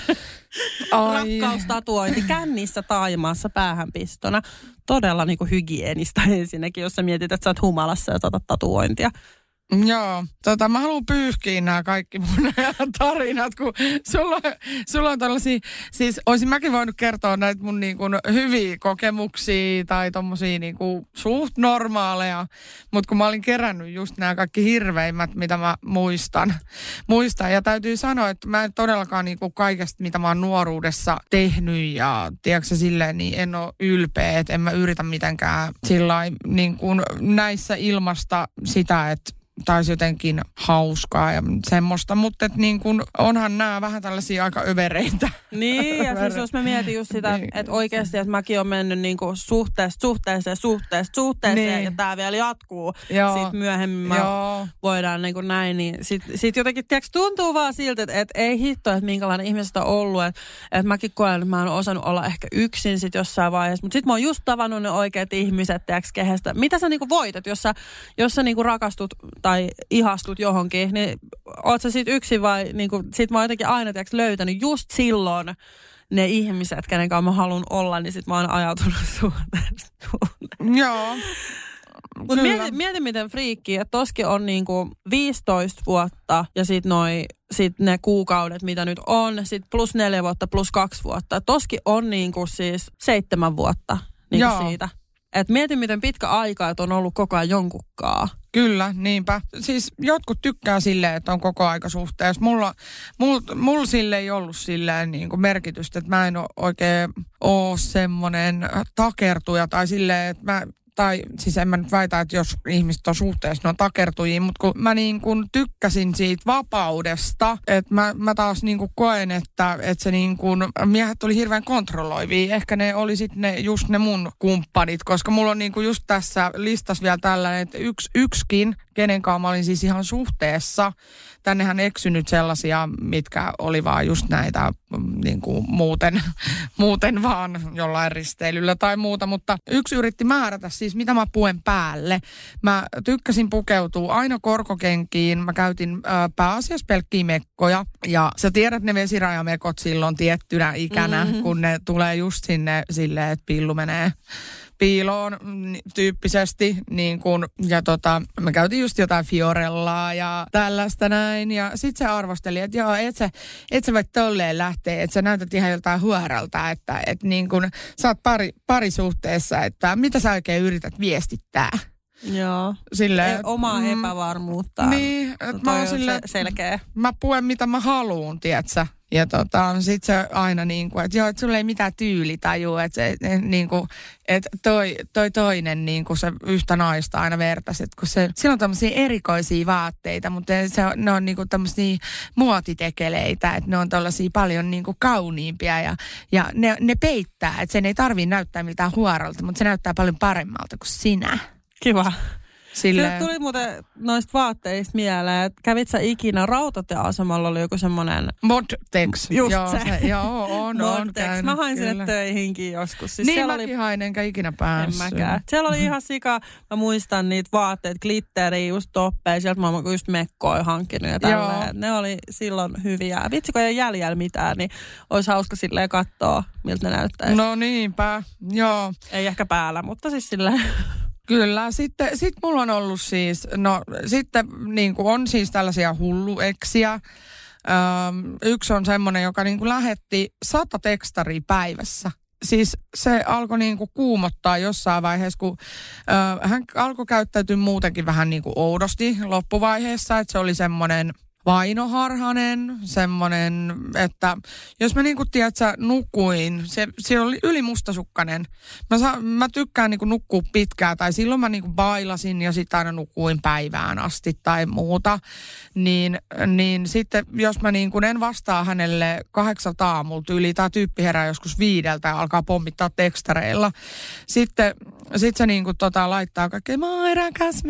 rakkaustatuointi kännissä Taimaassa päähänpistona. Todella niin kuin hygienistä ensinnäkin, jos sä mietit, että sä oot humalassa ja otat tatuointia. Joo, tota, mä haluan pyyhkiä nämä kaikki mun tarinat, kun sulla, sulla on tällaisia, siis olisin mäkin voinut kertoa näitä mun niin kuin hyviä kokemuksia tai tommosia niin kuin suht normaaleja, mutta kun mä olin kerännyt just nämä kaikki hirveimmät, mitä mä muistan, muistan. Ja täytyy sanoa, että mä en todellakaan niin kuin kaikesta, mitä mä oon nuoruudessa tehnyt ja tiedätkö silleen, niin en ole ylpeä, että en mä yritä mitenkään sillain niin kuin näissä ilmasta sitä, että taisi jotenkin hauskaa ja semmoista, mutta et niin kun onhan nämä vähän tällaisia aika övereitä. Niin, ja siis jos mä mietin just sitä, niin. Että oikeasti, että mäkin olen mennyt niin kuin suhteesta suhteeseen, suhteesta suhteeseen, niin. Ja tää vielä jatkuu. Sitten myöhemmin voidaan niin kuin näin, niin sitten sit jotenkin, tiedätkö, tuntuu vaan siltä, että, että ei hitto, että minkälainen ihmisestä on ollut, että, että mäkin koen, että mä en osannut olla ehkä yksin sit jossain vaiheessa, mutta sitten mä oon just tavannut ne oikeat ihmiset, tiedätkö, kehestä. Mitä sä niin kuin voitat, jos sä, jos sä niin kuin rakastut tai ihastut johonkin, niin oot sä sit yksin vai niinku, sit mä oon jotenkin aina tiiäks, löytänyt just silloin ne ihmiset, kenen kanssa mä haluan olla, niin sit mä oon ajautunut suhteen. Joo. Mut mieti, mieti miten friikki, että toskin on niinku viisitoista vuotta ja sit noi, sit ne kuukaudet, mitä nyt on, sit plus neljä vuotta, plus kaksi vuotta. Toskin on niinku siis seitsemän vuotta niinku siitä. Et mieti, miten pitkä aika, että on ollut koko ajan jonkukkaa. Kyllä, niinpä. Siis jotkut tykkää silleen, että on koko aika suhteessa. Mulla, mulla, mulla sille ei ollut silleen niin kuin merkitystä, että mä en ole oikein ole semmoinen takertuja tai silleen, että mä... Tai siis en mä nyt väitä, että jos ihmiset on suhteessa, ne on takertujia, mutta kun mä niin kuin tykkäsin siitä vapaudesta, että mä, mä taas niin kuin koen, että, että se niin kuin, miehet oli hirveän kontrolloivia. Ehkä ne oli sitten ne, just ne mun kumppanit, koska mulla on niin kuin just tässä listassa vielä tällainen, että yksi, yksikin, kenenkaan mä olin siis ihan suhteessa. Tännehän eksynyt sellaisia, mitkä oli vaan just näitä niin kuin muuten, muuten vaan jollain risteilyllä tai muuta, mutta yksi yritti määrätä siis, mitä mä puen päälle. Mä tykkäsin pukeutua aina korkokenkiin, mä käytin äh, pääasiassa pelkkiä mekkoja ja sä tiedät ne vesirajamekot silloin tiettynä ikänä, mm-hmm. kun ne tulee just sinne silleen, että pillu menee piiloon tyyppisesti, niin kun, ja tota, me käytiin just jotain Fiorellaa ja tällaista näin, ja sit se arvosteli, että joo, et sä, et sä voi tolleen lähteä, että sä näytät ihan joltain huoralta, että et niin kun sä oot pari, parisuhteessa, että mitä sä oikein yrität viestittää. Joo, silleen, omaa mm, epävarmuutta. Niin, että mä oon silleen, selkeä. Mä puen mitä mä haluun, tietsä. Ja tota, sit se aina niin kuin, että joo, että sulla ei mitään tyylitajua, että se, niin kuin, että toi, toi toinen niin kuin se yhtä naista aina vertaisi, että kun se, sillä on tämmöisiä erikoisia vaatteita, mutta se, ne on niin kuin tämmöisiä muotitekeleitä, että ne on tällaisia paljon niin kuin kauniimpia ja, ja ne, ne peittää, että sen ei tarvitse näyttää miltään huorolta, mutta se näyttää paljon paremmalta kuin sinä. Kiva. Silleen. Sille tuli muuten noista vaatteista mieleen, että kävit sä ikinä rautatieasemalla, oli joku semmoinen... Modtex. Just joo, se. se. Joo, on, on käynyt. Mä hain sinne töihinkin joskus. Siis niin mäkin oli... hain, enkä ikinä päässyt. En mäkään. Siellä oli ihan sika, mä muistan niitä vaatteet, glitteri, just toppeja, sieltä mä oon just mekkoja hankkinut ja tälleen. Ne oli silloin hyviä. Vitsi, kun ei jäljellä mitään, niin olisi hauska silleen katsoa, miltä ne näyttäisi. No niinpä, joo. Ei ehkä päällä, mutta siis silleen... Kyllä, sitten sit mulla on ollut siis, no sitten niin kuin on siis tällaisia hullueksiä, yksi on semmoinen, joka niin kuin lähetti sata tekstaria päivässä. Siis se alkoi niin kuin kuumottaa jossain vaiheessa, kun ö, hän alkoi käyttäytyä muutenkin vähän niin kuin oudosti loppuvaiheessa, että se oli semmoinen vainoharhanen, semmoinen, että jos mä niinku, tiedätkö, nukuin, se, se oli ylimustasukkainen. Mä, sa, mä tykkään niinku nukkua pitkään, tai silloin mä niinku bailasin ja sitten aina nukuin päivään asti tai muuta. Niin, niin sitten, jos mä niinku en vastaa hänelle kahdeksalta aamulta yli, tai tyyppi herää joskus viideltä ja alkaa pommittaa tekstareilla. Sitten sit se niinku tota laittaa kaikkea, mä oon eräkäs,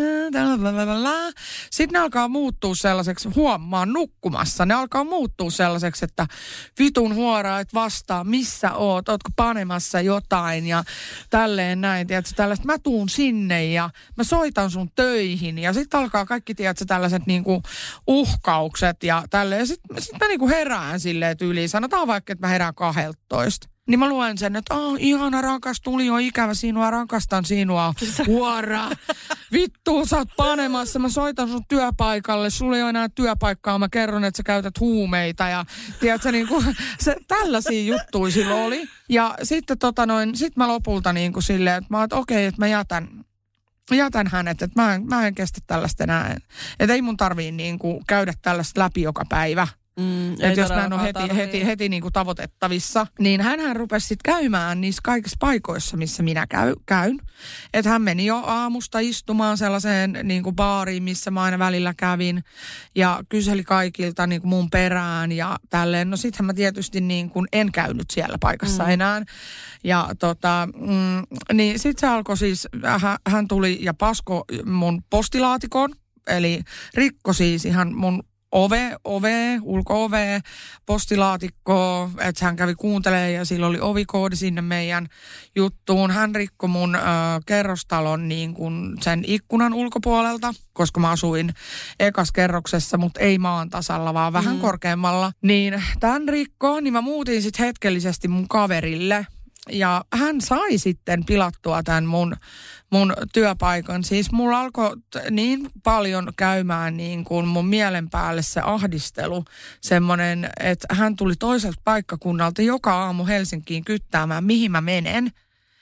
mä, sitten ne alkaa muuttua sellaiseksi, huom, mä oon nukkumassa. Ne alkaa muuttua sellaiseksi, että vitun huoraa, et vastaa, missä oot, ootko panemassa jotain ja tälleen näin, tiedätkö, tällaista. Mä tuun sinne ja mä soitan sun töihin ja sitten alkaa kaikki, tiedätkö, tällaiset niinku uhkaukset ja tälleen. Ja sitten sit mä niinku herään silleen tyyliin, sanotaan vaikka, että mä herään kahdeltoista. Niin mä luen sen, että oh, ihana rakas, tuli on ikävä sinua, rakastan sinua. Huora, vittu, sä oot panemassa, mä soitan sun työpaikalle, sulla ei ole enää työpaikkaa, mä kerron, että sä käytät huumeita ja tiedätkö, niin kuin, se, tällaisia juttuja silloin oli. Ja sitten tota noin, sit mä lopulta niin kuin silleen, että mä oon, että okei, okay, että mä jätän. Jätän hänet, että mä en, mä en kestä tällaista enää. Että ei mun tarvii niin kuin käydä tällaista läpi joka päivä. Mm, että jos mä en ole heti, heti, heti, heti niin kuin tavoitettavissa, niin hänhän rupesi sitten käymään niissä kaikissa paikoissa, missä minä käy, käyn. Että hän meni jo aamusta istumaan sellaiseen niin kuin baariin, missä mä aina välillä kävin ja kyseli kaikilta niin kuin mun perään ja tälleen. No sittenhän mä tietysti niin kuin en käynyt siellä paikassa mm. enää. Ja tota, mm, niin sitten se alkoi siis, hän, hän tuli ja pasko mun postilaatikon, eli rikko siis ihan mun Ove, ove, ulko-ove, postilaatikko, että hän kävi kuuntelemaan ja sillä oli ovikoodi sinne meidän juttuun. Hän rikkoi mun ö, kerrostalon niin kuin sen ikkunan ulkopuolelta, koska mä asuin ekas kerroksessa, mutta ei maan tasalla, vaan vähän mm. korkeammalla. Niin tämän rikko, niin mä muutin sitten hetkellisesti mun kaverille. Ja hän sai sitten pilattua tämän mun, mun työpaikan. Siis mulla alkoi niin paljon käymään niin kuin mun mielen päälle se ahdistelu. Semmoinen, että hän tuli toiselta paikkakunnalta joka aamu Helsinkiin kyttäämään, mihin mä menen.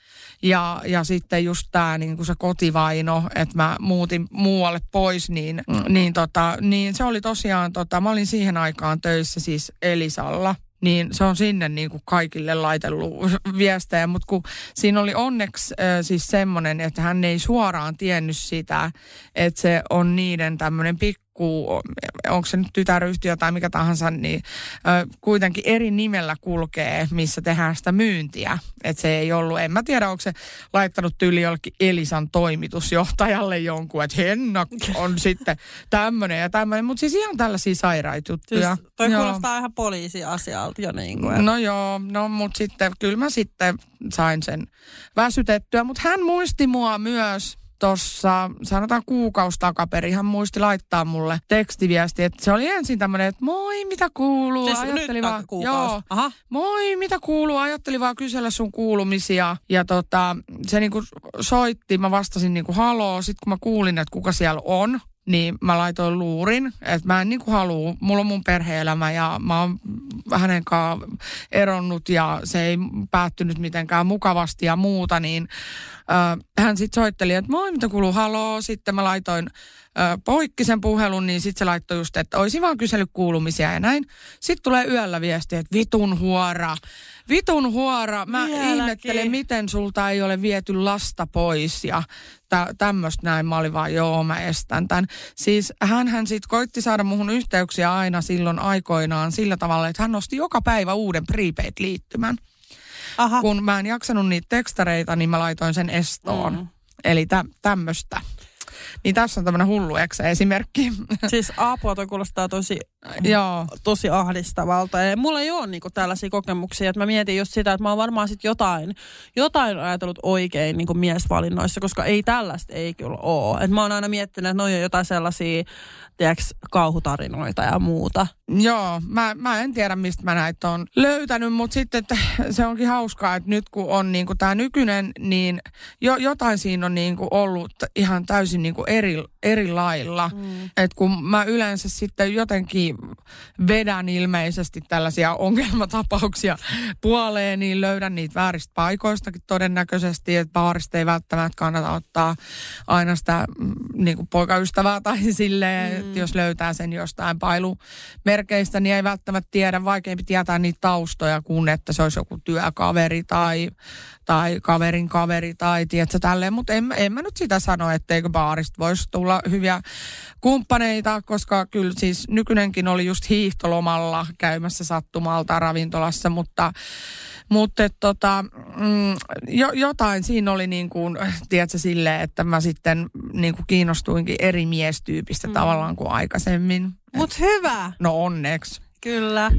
Ja, ja sitten just tämä niin kuin se kotivaino, että mä muutin muualle pois, niin, mm. niin, tota, niin se oli tosiaan, tota, mä olin siihen aikaan töissä siis Elisalla. Niin se on sinne niin kuin kaikille laitellut viestejä, mutta kun siinä oli onneksi äh, siis semmoinen, että hän ei suoraan tiennyt sitä, että se on niiden tämmöinen pikku, onko se nyt tytäryhtiö tai mikä tahansa, niin äh, kuitenkin eri nimellä kulkee, missä tehdään sitä myyntiä. Että se ei ollut, en mä tiedä, onko se laittanut tyyli jollekin Elisan toimitusjohtajalle jonkun, että Henna on sitten tämmöinen ja tämmöinen, mutta siis ihan tällaisia sairaita juttuja. Siis toi joo. Kuulostaa ihan poliisiasialta jo niin kuin. No joo, no mutta sitten kyllä mä sitten sain sen väsytettyä, mutta hän muisti mua myös tuossa, sanotaan kuukausi takaperin, hän muisti laittaa mulle tekstiviesti, että se oli ensin tämmöinen, että moi, mitä kuuluu? Siis ajatteli nyt vaan, joo, Aha. moi, mitä kuuluu? Ajatteli vaan kysellä sun kuulumisia. Ja tota, se niinku soitti, mä vastasin niinku haloo, sit kun mä kuulin, että kuka siellä on, niin mä laitoin luurin, että mä en niinku halua, mulla on mun perhe-elämä ja mä oon hänen kanssaan eronnut ja se ei päättynyt mitenkään mukavasti ja muuta, niin äh, hän sitten soitteli, että moi, mitä kuuluu, haloo. Sitten mä laitoin äh, poikki sen puhelun, niin sitten se laittoi just, että olisin vaan kysellyt kuulumisia ja näin. Sitten tulee yöllä viesti, että vitun huora, vitun huora. Mä Vieläkin. ihmettelen, miten sulta ei ole viety lasta pois ja tä, tämmöistä näin. Mä olin vaan, joo, mä estän tämän. Siis hänhän sitten koitti saada muhun yhteyksiä aina silloin aikoinaan sillä tavalla, että hän nosti joka päivä uuden prepaid-liittymän. Aha. Kun mä en jaksanut niitä tekstareita, niin mä laitoin sen estoon. Mm. Eli tä, tämmöistä. Niin tässä on tämmöinen hullu esimerkki. Siis apua toi kuulostaa tosi, tosi ahdistavalta. Ja mulla ei ole niinku tällaisia kokemuksia, että mä mietin just sitä, että mä oon varmaan sit jotain, jotain ajatellut oikein niinku miesvalinnoissa, koska ei tällaista ei kyllä ole. Et mä oon aina miettinyt, että noi on jotain sellaisia, tiedäks, kauhutarinoita ja muuta. Joo, mä, mä en tiedä, mistä mä näitä on löytänyt, mutta sitten että se onkin hauskaa, että nyt kun on niinku tämä nykyinen, niin jo, jotain siinä on niinku ollut ihan täysin niinku eri, eri lailla. Mm. Että kun mä yleensä sitten jotenkin vedän ilmeisesti tällaisia ongelmatapauksia puoleen, niin löydän niitä vääristä paikoistakin todennäköisesti, että baarista ei välttämättä kannata ottaa aina sitä niinku poikaystävää tai silleen, mm. että jos löytää sen jostain pailu merkeistä, niin ei välttämättä tiedä, vaikeampi tietää niitä taustoja kuin, että se olisi joku työkaveri tai, tai kaverin kaveri tai tiedätkö tälleen, mutta en, en mä nyt sitä sano, etteikö baarista voisi tulla hyviä kumppaneita, koska kyllä siis nykyinenkin oli just hiihtolomalla käymässä sattumalta ravintolassa, mutta Mutta tota, mm, jo, jotain siinä oli niin kuin, tiedätkö, silleen, että mä sitten niin kuin kiinnostuinkin eri miestyypistä mm. tavallaan kuin aikaisemmin. Mut hyvä. No onneksi. Kyllä.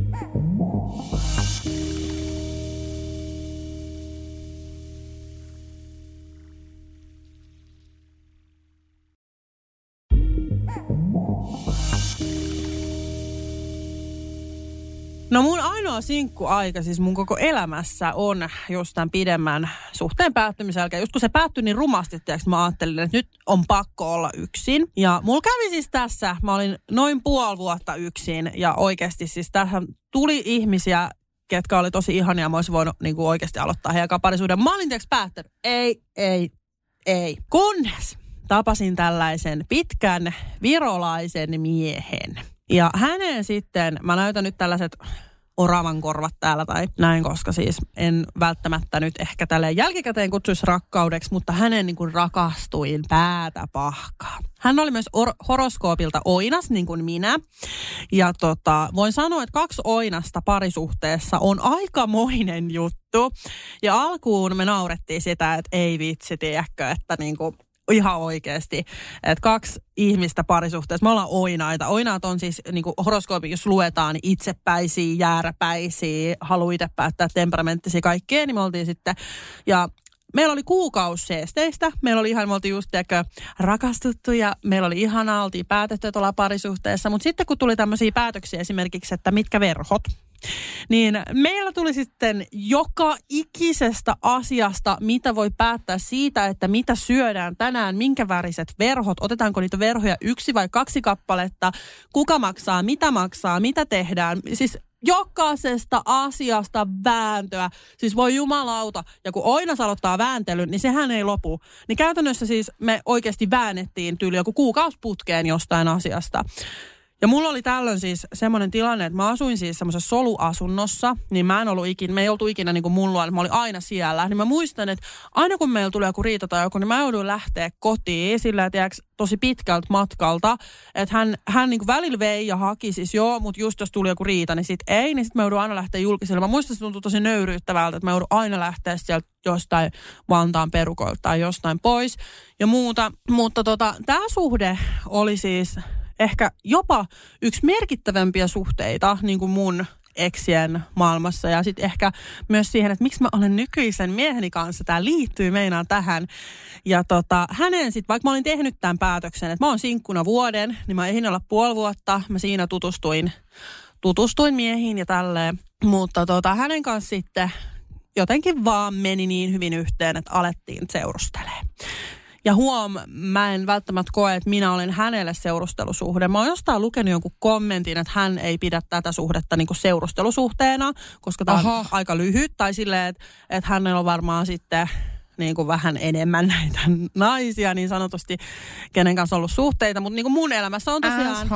No mun ainoa sinkkuaika siis mun koko elämässä on just tämän pidemmän suhteen päättymisen jälkeen. Just kun se päättyi niin rumasti, tiiäks, mä ajattelin, että nyt on pakko olla yksin. Ja mulla kävi siis tässä, mä olin noin puoli vuotta yksin ja oikeasti siis tähän tuli ihmisiä, ketkä oli tosi ihania. Mä olisin voinut niin kuin oikeasti aloittaa heidän parisuuden. Mä olin tiiäks päättänyt, ei, ei, ei. Kunnes tapasin tällaisen pitkän virolaisen miehen. Ja hänen sitten, mä näytän nyt tällaiset oravan korvat täällä tai näin, koska siis en välttämättä nyt ehkä tälleen jälkikäteen kutsuisi rakkaudeksi, mutta hänen niin kuin rakastuin päätä pahkaa. Hän oli myös or- horoskoopilta oinas, niin kuin minä. Ja tota, voin sanoa, että kaksi oinasta parisuhteessa on aikamoinen juttu. Ja alkuun me naurettiin sitä, että ei vitsi, tiedätkö, että niin kuin ihan oikeasti, että kaksi ihmistä parisuhteessa, me ollaan oinaita. Oinaat on siis, niin kuin horoskoopin, jos luetaan, niin itsepäisiä, jääräpäisiä, haluaa itse päättää temperamenttisia kaikkea, niin me oltiin sitten, ja meillä oli kuukausi seesteistä, meillä oli ihan, me oltiin just tiedäkö, rakastuttu ja meillä oli ihanaa, oltiin päätetty, että ollaan parisuhteessa, mutta sitten kun tuli tämmöisiä päätöksiä esimerkiksi, että mitkä verhot, niin meillä tuli sitten joka ikisestä asiasta, mitä voi päättää siitä, että mitä syödään tänään, minkä väriset verhot, otetaanko niitä verhoja yksi vai kaksi kappaletta, kuka maksaa, mitä maksaa, mitä tehdään, siis jokaisesta asiasta vääntöä. Siis voi jumalauta. Ja kun Oinas aloittaa vääntelyn, niin sehän ei lopu. Niin käytännössä siis me oikeasti väännettiin tyyli joku kuukausi putkeen jostain asiasta. Ja mulla oli tällöin siis semmoinen tilanne, että mä asuin siis semmoisessa soluasunnossa, niin mä en ollut ikinä, me ei oltu ikinä niin kuin mun luo, mä olin aina siellä. Niin mä muistan, että aina kun meillä tulee joku riita tai joku, niin mä jouduin lähteä kotiin sillä, tiedätkö, tosi pitkältä matkalta. Että hän, hän niin kuin välillä vei ja haki siis joo, mutta just jos tuli joku riita, niin sit ei, niin sit mä joudun aina lähteä julkiselle. Mä muistan, että se tuntui tosi nöyryyttävältä, että mä joudun aina lähteä sieltä jostain Vantaan perukoilta tai jostain pois ja muuta. Mutta tota, tää suhde oli siis ehkä jopa yksi merkittävämpiä suhteita niin kuin mun eksien maailmassa ja sitten ehkä myös siihen, että miksi mä olen nykyisen mieheni kanssa. Tämä liittyy meinaan tähän. Ja tota, hänen sitten, vaikka mä olin tehnyt tämän päätöksen, että mä oon sinkkuna vuoden, niin mä ehdin olla puoli vuotta. Mä siinä tutustuin, tutustuin miehiin ja tälleen. Mutta tota, hänen kanssa sitten jotenkin vaan meni niin hyvin yhteen, että alettiin seurustelemaan. Ja huom, mä en välttämättä koe, että minä olen hänelle seurustelusuhde. Mä oon jostain lukenut jonkun kommentin, että hän ei pidä tätä suhdetta niin kuin seurustelusuhteena, koska tämä on aika lyhyt. Tai silleen, että, että hänellä on varmaan sitten niin kuin vähän enemmän näitä naisia niin sanotusti, kenen kanssa on ollut suhteita. Mutta niin kuin mun elämässä on tosiaan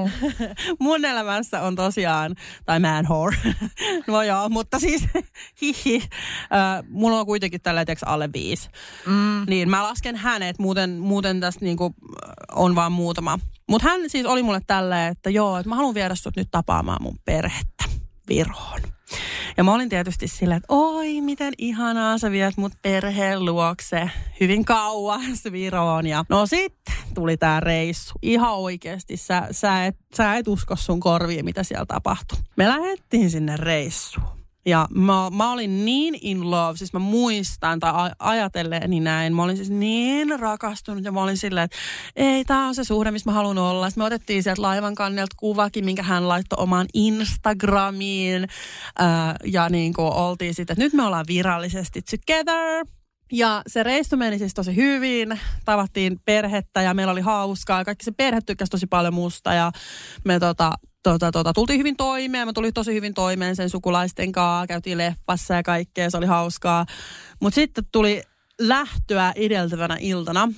mun elämässä on tosiaan, tai man whore. No joo, mutta siis hihi. Äh, mulla on kuitenkin tällä hetkellä alle viisi. Mm. Niin mä lasken hänet, muuten, muuten tästä niin kuin on vaan muutama. Mutta hän siis oli mulle tälleen, että joo, että mä haluan viedä sut nyt tapaamaan mun perhettä Viroon. Ja mä olin tietysti silleen, että oi, miten ihanaa sä viet mut perheen luokse hyvin kauas Viroon. Ja no sitten tuli tää reissu. Ihan oikeasti, sä, sä, et, sä et usko sun korviin, mitä siellä tapahtui. Me lähdettiin sinne reissuun. Ja mä, mä olin niin in love, siis mä muistan tai a- ajatelleeni näin. Mä olin siis niin rakastunut ja mä olin silleen, että ei, tää on se suhde, missä mä haluan olla. Sitten me otettiin sieltä laivan kannelta kuvakin, minkä hän laittoi omaan Instagramiin. Äh, ja niin kuin oltiin sitten, että nyt me ollaan virallisesti together. Ja se reissu meni siis tosi hyvin. Tavattiin perhettä ja meillä oli hauskaa. Kaikki se perhe tykkäsi tosi paljon musta ja me tota... Tota, tota, tultiin hyvin toimeen, mä tulin tosi hyvin toimeen sen sukulaisten kanssa, käytiin leffassa ja kaikkea, se oli hauskaa. Mutta sitten tuli lähtöä edeltävänä iltana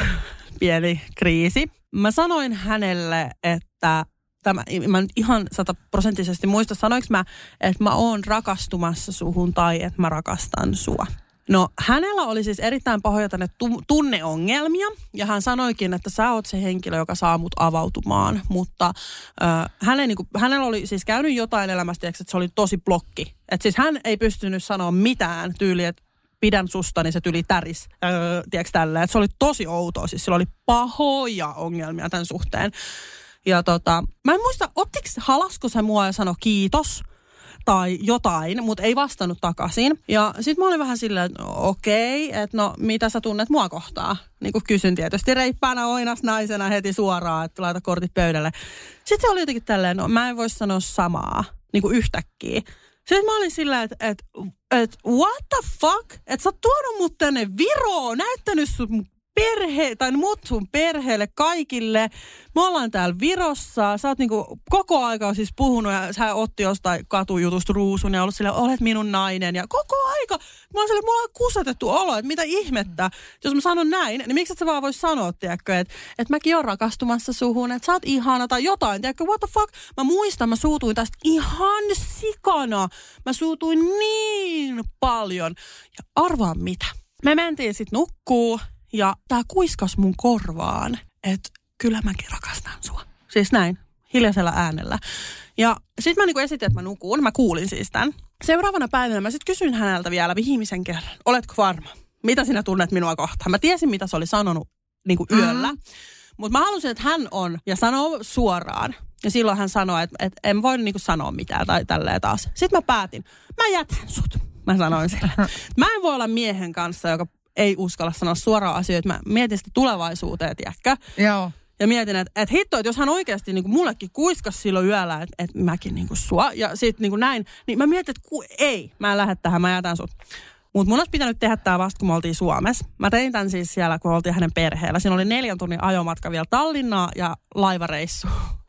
pieni kriisi. Mä sanoin hänelle, että tämä, mä nyt ihan sataprosenttisesti muista, sanoinko mä, että mä oon rakastumassa suhun tai että mä rakastan sua. No hänellä oli siis erittäin pahoja tänne tunneongelmia ja hän sanoikin, että sä oot se henkilö, joka saa mut avautumaan. Mutta äh, hänen, niin kuin, hänellä oli siis käynyt jotain elämästä, että se oli tosi blokki. Että siis hän ei pystynyt sanoa mitään tyyliä, että pidän susta, niin se tyli täris. Öö, tiedätkö tälleen, että se oli tosi outoa. Siis sillä oli pahoja ongelmia tämän suhteen. Ja tota, mä en muista, ottiko, halasko se mua ja sanoi kiitos tai jotain, mutta ei vastannut takaisin. Ja sit mä olin vähän silleen, että okei, okay, että no mitä sä tunnet mua kohtaa? Niin kuin kysyn tietysti reippaana oinas naisena heti suoraan, että laita kortit pöydälle. Sitten se oli jotenkin tälleen, no mä en voi sanoa samaa, niin kuin yhtäkkiä. Sitten mä olin silleen, että et, et, what the fuck? Että sä oot tuonut mut tänne Viroon, näyttänyt sut perhe, tai mut sun perheelle kaikille. Me ollaan täällä Virossa. Sä oot niinku koko aika siis puhunut ja sä otti jostain katujutusta ruusun ja ollut silleen, olet minun nainen. Ja koko aika, mä oon silleen, mulla on kusetettu olo, että mitä ihmettä. Jos mä sanon näin, niin miksi et sä vaan vois sanoa, tiedätkö, että et mäkin oon rakastumassa suhun, että sä oot ihana tai jotain, tiedätkö, what the fuck. Mä muistan, mä suutuin tästä ihan sikana. Mä suutuin niin paljon. Ja arvaa mitä. Me mentiin sit nukkuu. Ja tää kuiskas mun korvaan, että kyllä mäkin rakastan sua. Siis näin, hiljaisella äänellä. Ja sit mä niinku esitin, että mä nukuun. Mä kuulin siis tän. Seuraavana päivänä mä sit kysyin häneltä vielä viimeisen kerran. Oletko varma? Mitä sinä tunnet minua kohtaan? Mä tiesin, mitä se oli sanonut niinku yöllä. Mm-hmm. Mutta mä halusin, että hän on ja sanoo suoraan. Ja silloin hän sanoi, että, että en voi niinku sanoa mitään tai tälleen taas. Sitten mä päätin, mä jätän sut. Mä sanoin sille. Mä en voi olla miehen kanssa, joka ei uskalla sanoa suoraan asioita. Mä mietin sitä tulevaisuuteen, tiedäkö? Joo. Ja mietin, että, että hitto, että jos hän oikeasti niin kuin mullekin kuiskas silloin yöllä, että, että mäkin niin kuin sua, ja sitten niin kuin näin, niin mä mietin, että ku, ei, mä en lähde tähän, mä jätän sut. Mutta mun olisi pitänyt tehdä tää vasta, kun me oltiin Suomessa. Mä tein tän siis siellä, kun oltiin hänen perheellä. Siinä oli neljän tunnin ajomatka vielä Tallinnaa ja laivareissu.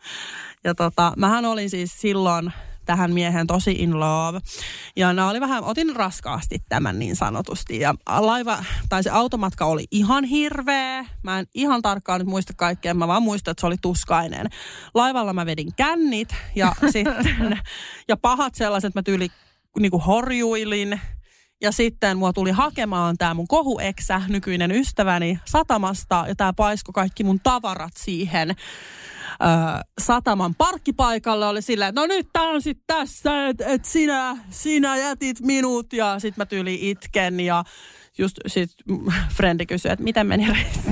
Ja tota, mähän olin siis silloin tähän miehen tosi in love. Ja nämä oli vähän, otin raskaasti tämän niin sanotusti. Ja laiva, tai se automatka oli ihan hirveä. Mä en ihan tarkkaan nyt muista kaikkea, mä vaan muistan, että se oli tuskainen. Laivalla mä vedin kännit ja sitten, ja pahat sellaiset, että mä tyyli niinku horjuilin. Ja sitten mua tuli hakemaan tää mun kohueksä, nykyinen ystäväni, satamasta. Ja tää paisko kaikki mun tavarat siihen ö, sataman parkkipaikalle. Oli silleen, että no nyt tää on sit tässä, että et sinä, sinä jätit minut. Ja sit mä tyyli itken ja just sit frendi kysyi, että miten meni reissu.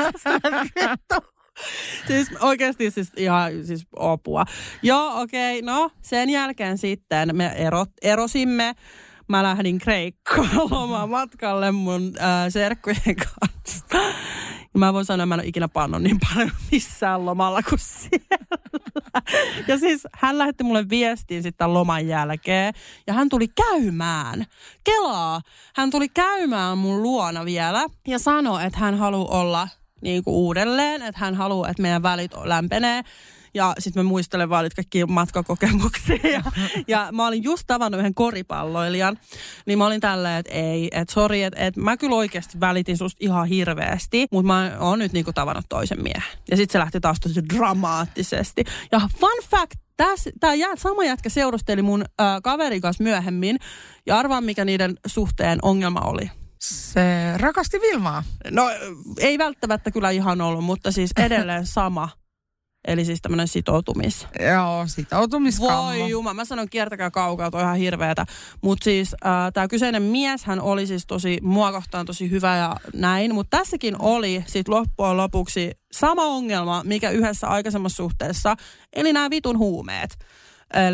Siis oikeasti siis ihan siis apua. Joo, okei, okay, no sen jälkeen sitten me erot, erosimme. Mä lähdin Kreikkaan lomaan matkalle mun ää, serkkujen kanssa. Ja mä voin sanoa, että mä en ole ikinä pannut niin paljon missään lomalla kuin siellä. Ja siis hän lähetti mulle viestin sitten loman jälkeen. Ja hän tuli käymään. Kelaa. Hän tuli käymään mun luona vielä. Ja sanoi, että hän haluaa olla niin kuin uudelleen. Että hän haluaa, että meidän välit lämpenee. Ja sitten mä muistelen vaan kaikki matkakokemuksia. Ja, ja mä olin just tavannut yhden koripalloilijan. Niin mä olin tälleen, että ei, että sori, että, että mä kyllä oikeasti välitin susta ihan hirveästi. Mutta mä oon nyt niinku tavannut toisen miehen. Ja sitten se lähti taas tosi dramaattisesti. Ja fun fact, tämä sama jätkä seurusteli mun äh, kaverin kanssa myöhemmin. Ja arvaa, mikä niiden suhteen ongelma oli. Se rakasti Vilmaa. No ei välttämättä kyllä ihan ollut, mutta siis edelleen sama. Eli siis tämmöinen sitoutumis. Joo, sitoutumiskammo. Voi juma, mä sanon kiertäkää kaukaa, toi on ihan hirveetä. Mutta siis äh, tämä kyseinen mies, hän oli siis tosi, mua kohtaan tosi hyvä ja näin. Mutta tässäkin oli sit loppujen lopuksi sama ongelma, mikä yhdessä aikaisemmassa suhteessa, eli nämä vitun huumeet. Eli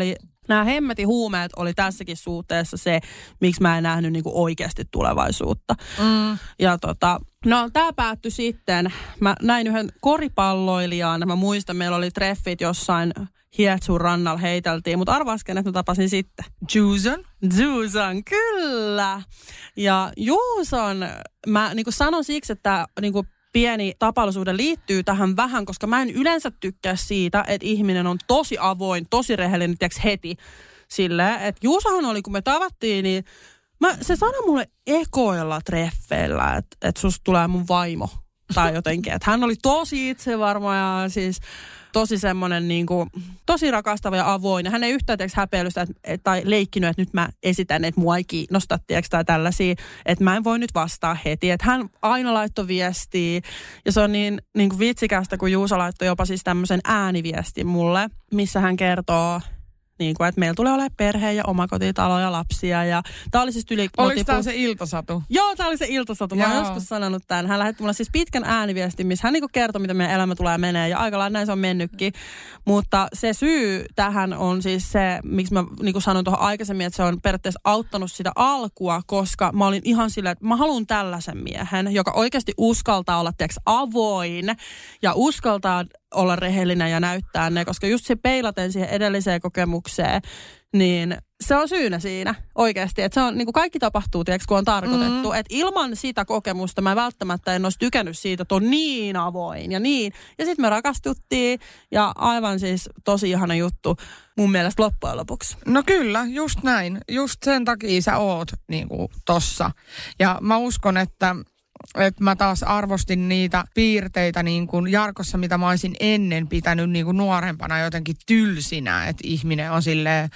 Nämä hemmetin huumeet oli tässäkin suhteessa se, miksi mä en nähnyt niinku oikeasti tulevaisuutta. Mm. Ja tota, no tää päättyi sitten. Mä näin yhden koripalloilijan. Mä muistan, meillä oli treffit jossain Hietsun rannalla heiteltiin. Mutta arvasken, että mä tapasin sitten. Juuson? Juuson, kyllä. Ja Juuson, mä niinku sanon siksi, että niinku pieni tapailusuhde liittyy tähän vähän, koska mä en yleensä tykkää siitä, että ihminen on tosi avoin, tosi rehellinen, tiiäks heti silleen, että Juusahan oli, kun me tavattiin, niin mä, se sanoi mulle ekoilla treffeillä, että, että susta tulee mun vaimo tai jotenkin, että hän oli tosi itsevarma ja siis tosi semmoinen niin kuin, tosi rakastava ja avoin. Ja hän ei yhtään tiiäks häpeillyt sitä, tai leikkinyt, että nyt mä esitän, että mua ei kiinnosta tiiäks, tai tällaisia, että mä en voi nyt vastaa heti. Että hän aina laittoi viestiä ja se on niin, niin kuin vitsikästä, kun Juuso laittoi jopa siis tämmöisen ääniviestin mulle, missä hän kertoo, niin kuin, että meillä tulee olemaan perhe ja omakotitalo ja lapsia. Ja tää oli siis yli... Oliko tää se iltasatu? Joo, tää oli se iltasatu. Mä oon joskus sanonut tämän. Hän lähetti mulle siis pitkän ääniviestin, missä hän niin kuin kertoi, mitä meidän elämä tulee menee. Ja aika lailla näin se on mennytkin. Mutta se syy tähän on siis se, miksi mä niin kuin sanoin tuohon aikaisemmin, että se on periaatteessa auttanut sitä alkua, koska mä olin ihan silleen, että mä haluan tällaisen miehen, joka oikeasti uskaltaa olla tiiäks, avoin ja uskaltaa olla rehellinen ja näyttää ne, koska just se peilaten siihen edelliseen kokemukseen, niin se on syynä siinä oikeasti. Että se on, niin kuin kaikki tapahtuu, tiiäks, kun on tarkoitettu. Mm. Että ilman sitä kokemusta mä välttämättä en olisi tykännyt siitä, että on niin avoin ja niin. Ja sitten me rakastuttiin ja aivan siis tosi ihana juttu mun mielestä loppujen lopuksi. No kyllä, just näin. Just sen takia sä oot niin kuin tossa. Ja mä uskon, että että mä taas arvostin niitä piirteitä niin kuin Jarkossa, mitä mä olisin ennen pitänyt niin kuin nuorempana jotenkin tylsinä, että ihminen on silleen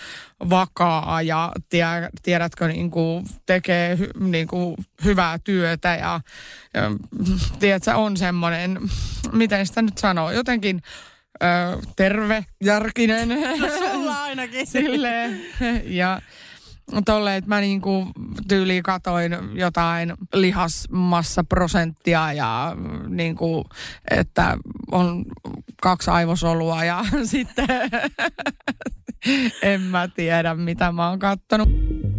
vakaa ja tiedätkö, niin kuin tekee hy, niin kuin hyvää työtä ja, ja tiedätkö, on semmoinen, miten sitä nyt sanoo, jotenkin ö, terve, järkinen. No sulla ainakin. Silleen, ja tolleen, että mä niinku tyyliin katoin jotain lihasmassaprosenttia ja niinku, että on kaksi aivosolua ja sitten en mä tiedä, mitä mä oon kattonut.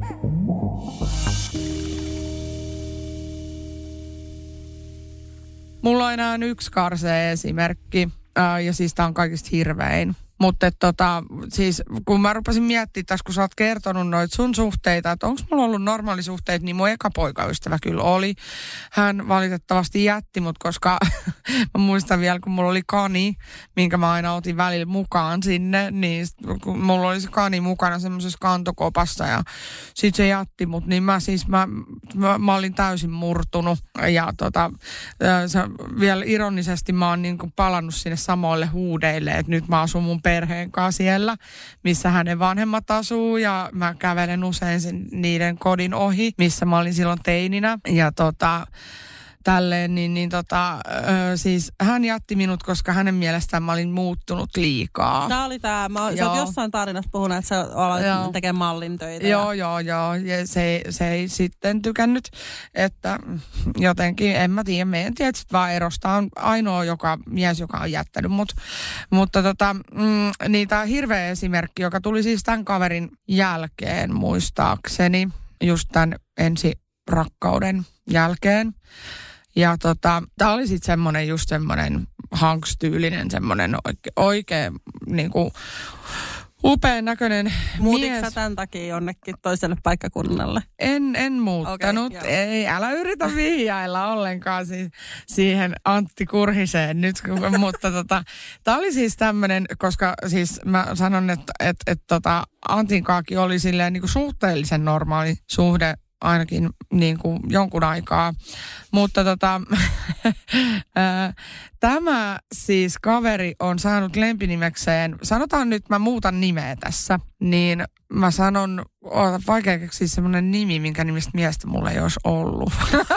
Mulla on enää yksi karsea esimerkki ja siis tää on kaikista hirvein. Mutta tota, siis kun mä rupesin miettimään tässä, kun sä oot kertonut noita sun suhteita, että onko mulla ollut normaalisuhteet, niin mun eka poikaystävä kyllä oli. Hän valitettavasti jätti mut, koska mä muistan vielä, kun mulla oli kani, minkä mä aina otin välillä mukaan sinne, niin kun mulla oli se kani mukana semmoisessa kantokopassa ja sit se jätti mut, niin mä siis, mä, mä, mä olin täysin murtunut ja tota, se, vielä ironisesti mä oon niin kuin palannut sinne samoille huudeille, että nyt mä asun mun perheen kanssa siellä, missä hänen vanhemmat asuu ja mä kävelen usein sen, niiden kodin ohi, missä mä olin silloin teininä ja tota tälleen, niin, niin tota, ö, siis hän jätti minut, koska hänen mielestään mä olin muuttunut liikaa. Tämä oli tämä, mä, sä oot jossain tarinassa puhunut, että sä aloit tekemään mallin töitä. Joo, ja... joo, joo, ja se, se ei sitten tykännyt, että jotenkin, en mä tiedä, meidän tietysti vaan erosta on ainoa joka, mies, joka on jättänyt mut. Mutta tota, mm, niitä hirveä esimerkki, joka tuli siis tämän kaverin jälkeen muistaakseni, just tämän ensirakkauden jälkeen. Ja tota, tää oli sitten semmonen just semmonen Hanks-tyylinen, semmonen oikein, oikein niinku upean näköinen Muutitko mies. sä tämän takia jonnekin toiselle paikkakunnalle? En, en muuttanut. Okay, ei, älä yritä vihjailla ollenkaan siis siihen Antti Kurhiseen nyt. Mutta tota, tää oli siis tämmönen, koska siis mä sanon, että et, et, tota, Antin kaakin oli silleen niinku suhteellisen normaali suhde ainakin niin kuin jonkun aikaa. Mutta tota, tämä siis kaveri on saanut lempinimekseen, sanotaan nyt, mä muutan nimeä tässä, niin mä sanon, oota vaikea keksiä semmoinen nimi, minkä nimistä miestä mulla ei olisi ollut.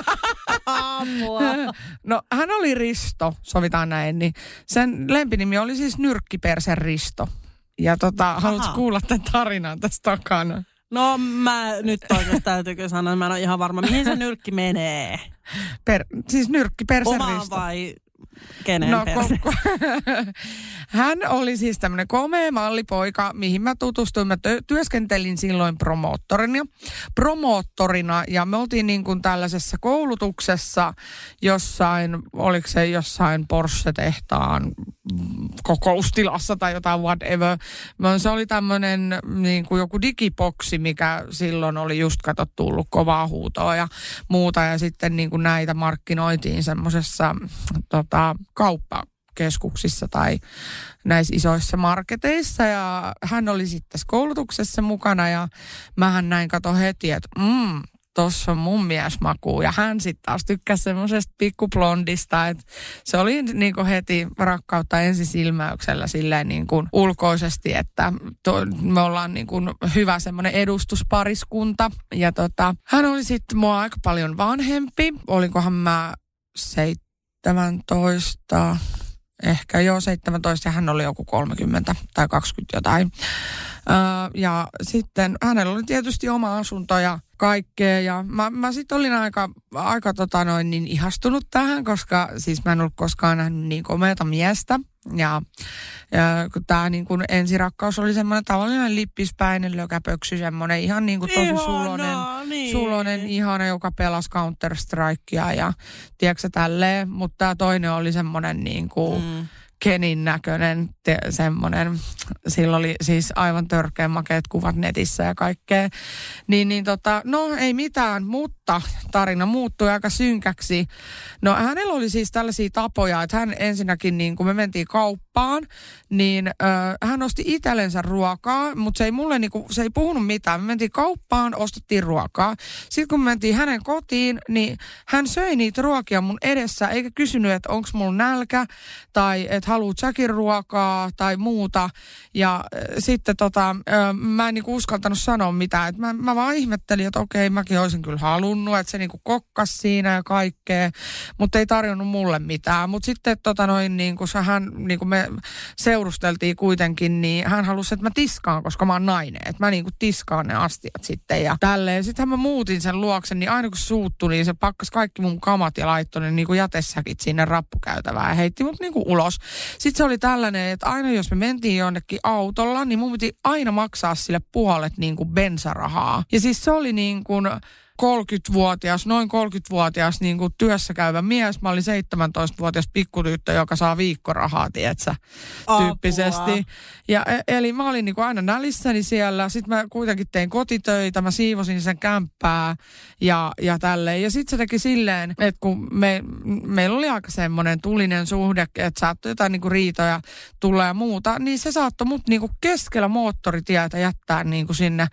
No hän oli Risto, sovitaan näin, niin sen lempinimi oli siis Nyrkkipersen Risto. Ja tota, haluatko kuulla tämän tarinan tästä takana? No mä nyt oikeastaan täytyykö sanoa, mä en ole ihan varma, mihin se nyrkki menee. Per, siis nyrkki persen Omaan risto. vai kenen no, perse? Ko- hän oli siis tämmöinen komea mallipoika, mihin mä tutustuin. Mä tö- työskentelin silloin promoottorina. promoottorina ja me oltiin niin kuin tällaisessa koulutuksessa jossain, oliko se jossain Porsche-tehtaan kokoustilassa tai jotain whatever. Se oli tämmöinen niin kuin joku digiboksi, mikä silloin oli just kato tullut kovaa huutoa ja muuta. Ja sitten niin kuin näitä markkinoitiin semmoisessa tota, kauppakeskuksissa tai näissä isoissa marketeissa. Ja hän oli sitten koulutuksessa mukana ja mähän näin kato heti, että mm, tossa on mun mies makuu. Ja hän sitten taas tykkäsi semmoisesta pikkublondista, että se oli niinku heti rakkautta ensisilmäyksellä silleen niinku ulkoisesti, että to, me ollaan niinku hyvä semmoinen edustuspariskunta. Ja tota, hän oli sitten mua aika paljon vanhempi. Olikohan mä seitsemäntoista, ehkä jo seitsemäntoista ja hän oli joku kolmekymmentä tai kaksikymmentä jotain. Öö, ja sitten hänellä oli tietysti oma asunto ja kaikkea ja mä, mä sitten olin aika, aika tota noin niin ihastunut tähän, koska siis mä en ollut koskaan nähnyt niin komeata miestä. Ja, ja kun tää niin kuin ensirakkaus oli semmoinen tavallinen lippispäinen lökäpöksy, semmoinen ihan niin kuin tosi ihana, sulonen, niin. sulonen, ihana, joka pelasi Counter-Strikea ja tiedätkö tälleen, mutta tää toinen oli semmoinen niin kuin mm. Kenin näköinen te, semmoinen, sillä oli siis aivan törkeän makeat kuvat netissä ja kaikkea. Niin, niin tota, no ei mitään, mutta tarina muuttui aika synkäksi. No hänellä oli siis tällaisia tapoja, että hän ensinnäkin, niin kun me mentiin kauppaan, niin ö, hän osti itsellensä ruokaa, mutta se ei mulle niinku, se ei puhunut mitään. Me mentiin kauppaan, ostettiin ruokaa. Sitten kun me mentiin hänen kotiin, niin hän söi niitä ruokia mun edessä, eikä kysynyt, että onko mulla nälkä tai että haluat säkin ruokaa tai muuta. Ja äh, sitten tota, äh, mä en niinku uskaltanut sanoa mitään. Et mä, mä vaan ihmettelin, että okei, mäkin olisin kyllä halunnut, että se niinku kokkas siinä ja kaikkea, mutta ei tarjonnut mulle mitään. Mutta sitten tota noin, niinku, hän, niinku me seurusteltiin kuitenkin, niin hän halusi, että mä tiskaan, koska mä oon nainen. Että mä niinku tiskaan ne astiat sitten ja tälleen. Sitten mä muutin sen luoksen, niin aina kun suuttui, niin se pakkas kaikki mun kamat ja laittoi ne niinku jätesäkit sinne rappukäytävään ja heitti mut niinku ulos. Sitten se oli tällainen, että aina jos me mentiin jonnekin autolla, niin mun piti aina maksaa sille puolet niin kuin bensarahaa. Ja siis se oli niin kuin kolmekymmentävuotias, noin kolmekymmentävuotias niin kuin työssä käyvä mies. Mä olin seitsemäntoistavuotias pikkutyttö, joka saa viikkorahaa, tietsä, tyyppisesti. Ja, eli mä olin niin kuin aina nälissäni siellä. Sitten mä kuitenkin tein kotitöitä, mä siivosin sen kämppää ja, ja tälleen. Ja sitten se teki silleen, että kun me, meillä oli aika semmoinen tulinen suhde, että saattoi jotain niin kuin riitoja tulla ja muuta, niin se saattoi mut niin kuin keskellä moottoritietä jättää niin kuin sinne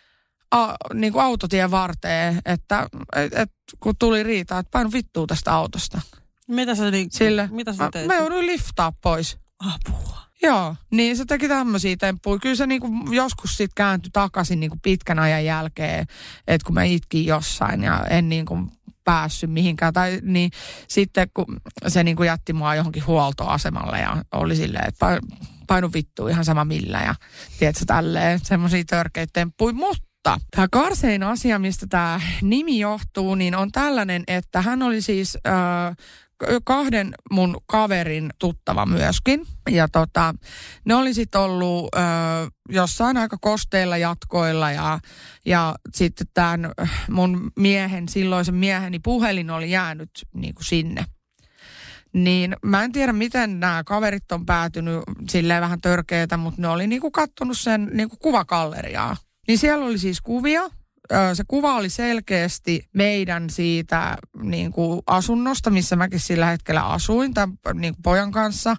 A, niin kuin autotien varteen, että et, et, kun tuli riita, että painu vittua tästä autosta. Mitä sä, niin, Sille, mitä sä teit? Mä, mä jouduin liftaa pois. Apua. Joo, niin se teki tämmöisiä temppuja. Kyllä se niin kuin joskus sitten kääntyi takaisin niin kuin pitkän ajan jälkeen, että kun mä itkin jossain ja en niin kuin päässyt mihinkään. Tai niin sitten kun se niin kuin jätti mua johonkin huoltoasemalle ja oli silleen, että painu vittua ihan sama millä ja tiedätkö tälleen, semmoisia törkeitä temppuja. Mutta tämä karsein asia, mistä tämä nimi johtuu, niin on tällainen, että hän oli siis äh, kahden mun kaverin tuttava myöskin. Ja tota, ne oli sitten ollut äh, jossain aika kosteilla jatkoilla ja, ja sitten tämän mun miehen, silloisen mieheni puhelin oli jäänyt niin kuin sinne. Niin mä en tiedä, miten nämä kaverit on päätynyt silleen vähän törkeätä, mutta ne oli niinku kattonut sen niinku kuvakalleriaa. Niin siellä oli siis kuvia. Se kuva oli selkeästi meidän siitä niinku asunnosta, missä mäkin sillä hetkellä asuin, tämän niinku pojan kanssa.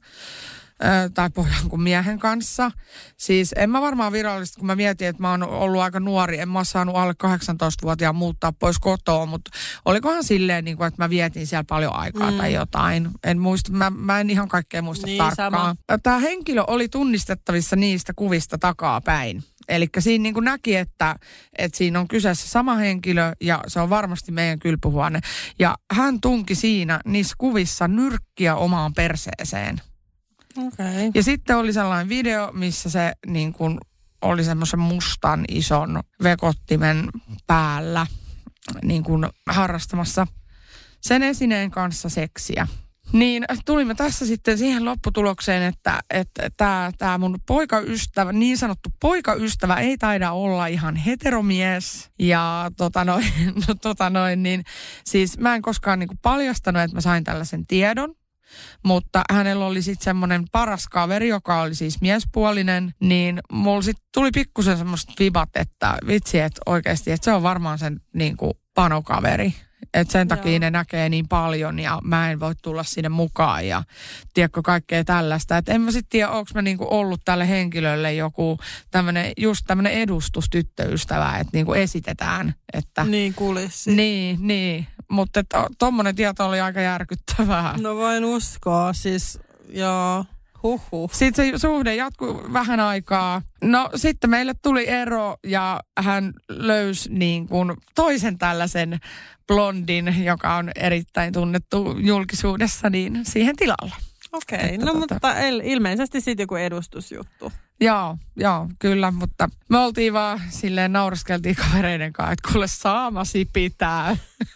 Tai pojan kuin miehen kanssa. Siis en mä varmaan virallisesti, kun mä mietin, että mä oon ollut aika nuori, en mä ole saanut alle kahdeksantoistavuotiaan muuttaa pois kotoa, mutta olikohan silleen, niin kuin, että mä vietin siellä paljon aikaa mm. tai jotain. En muista, mä, mä en ihan kaikkea muista niin, tarkkaan. Sama. Tämä henkilö oli tunnistettavissa niistä kuvista takaa päin. Eli siinä niin kuin näki, että, että siinä on kyseessä sama henkilö ja se on varmasti meidän kylpyhuone. Ja hän tunki siinä niissä kuvissa nyrkkiä omaan perseeseen. Okay. Ja sitten oli sellainen video, missä se niin kuin oli semmoisen mustan ison vekottimen päällä niin kuin harrastamassa sen esineen kanssa seksiä. Niin tulimme tässä sitten siihen lopputulokseen, että että tämä tää mun poikaystävä, niin sanottu poikaystävä ei taida olla ihan heteromies. Ja tota noin, no, tota noin niin siis mä en koskaan niinku paljastanut, että mä sain tällaisen tiedon. Mutta hänellä oli sitten semmoinen paras kaveri, joka oli siis miespuolinen, niin mulla sitten tuli pikkusen semmoista vibat, että vitsi, että oikeasti, että se on varmaan sen niinku panokaveri. Että sen takia Joo. ne näkee niin paljon ja mä en voi tulla sinne mukaan ja tiedätkö kaikkea tällaista. Että en mä sitten tiedä, onko mä niinku ollut tälle henkilölle joku tämmöinen, just tämmöinen edustustyttöystävä, että niinku esitetään. Että, niin kulissi. Niin, niin. Mutta tommonen tieto oli aika järkyttävää. No voin uskoa, siis joo. Huhhuh. Sitten se suhde jatkui vähän aikaa. No sitten meille tuli ero ja hän löysi niin kuin toisen tällaisen blondin, joka on erittäin tunnettu julkisuudessa, niin siihen tilalla. Okei, okay. no tota... mutta ilmeisesti sitten joku edustusjuttu. Joo, joo, kyllä, mutta me oltiin vaan silleen nauraskeltiin kavereiden kanssa, että kuule saamasi pitää.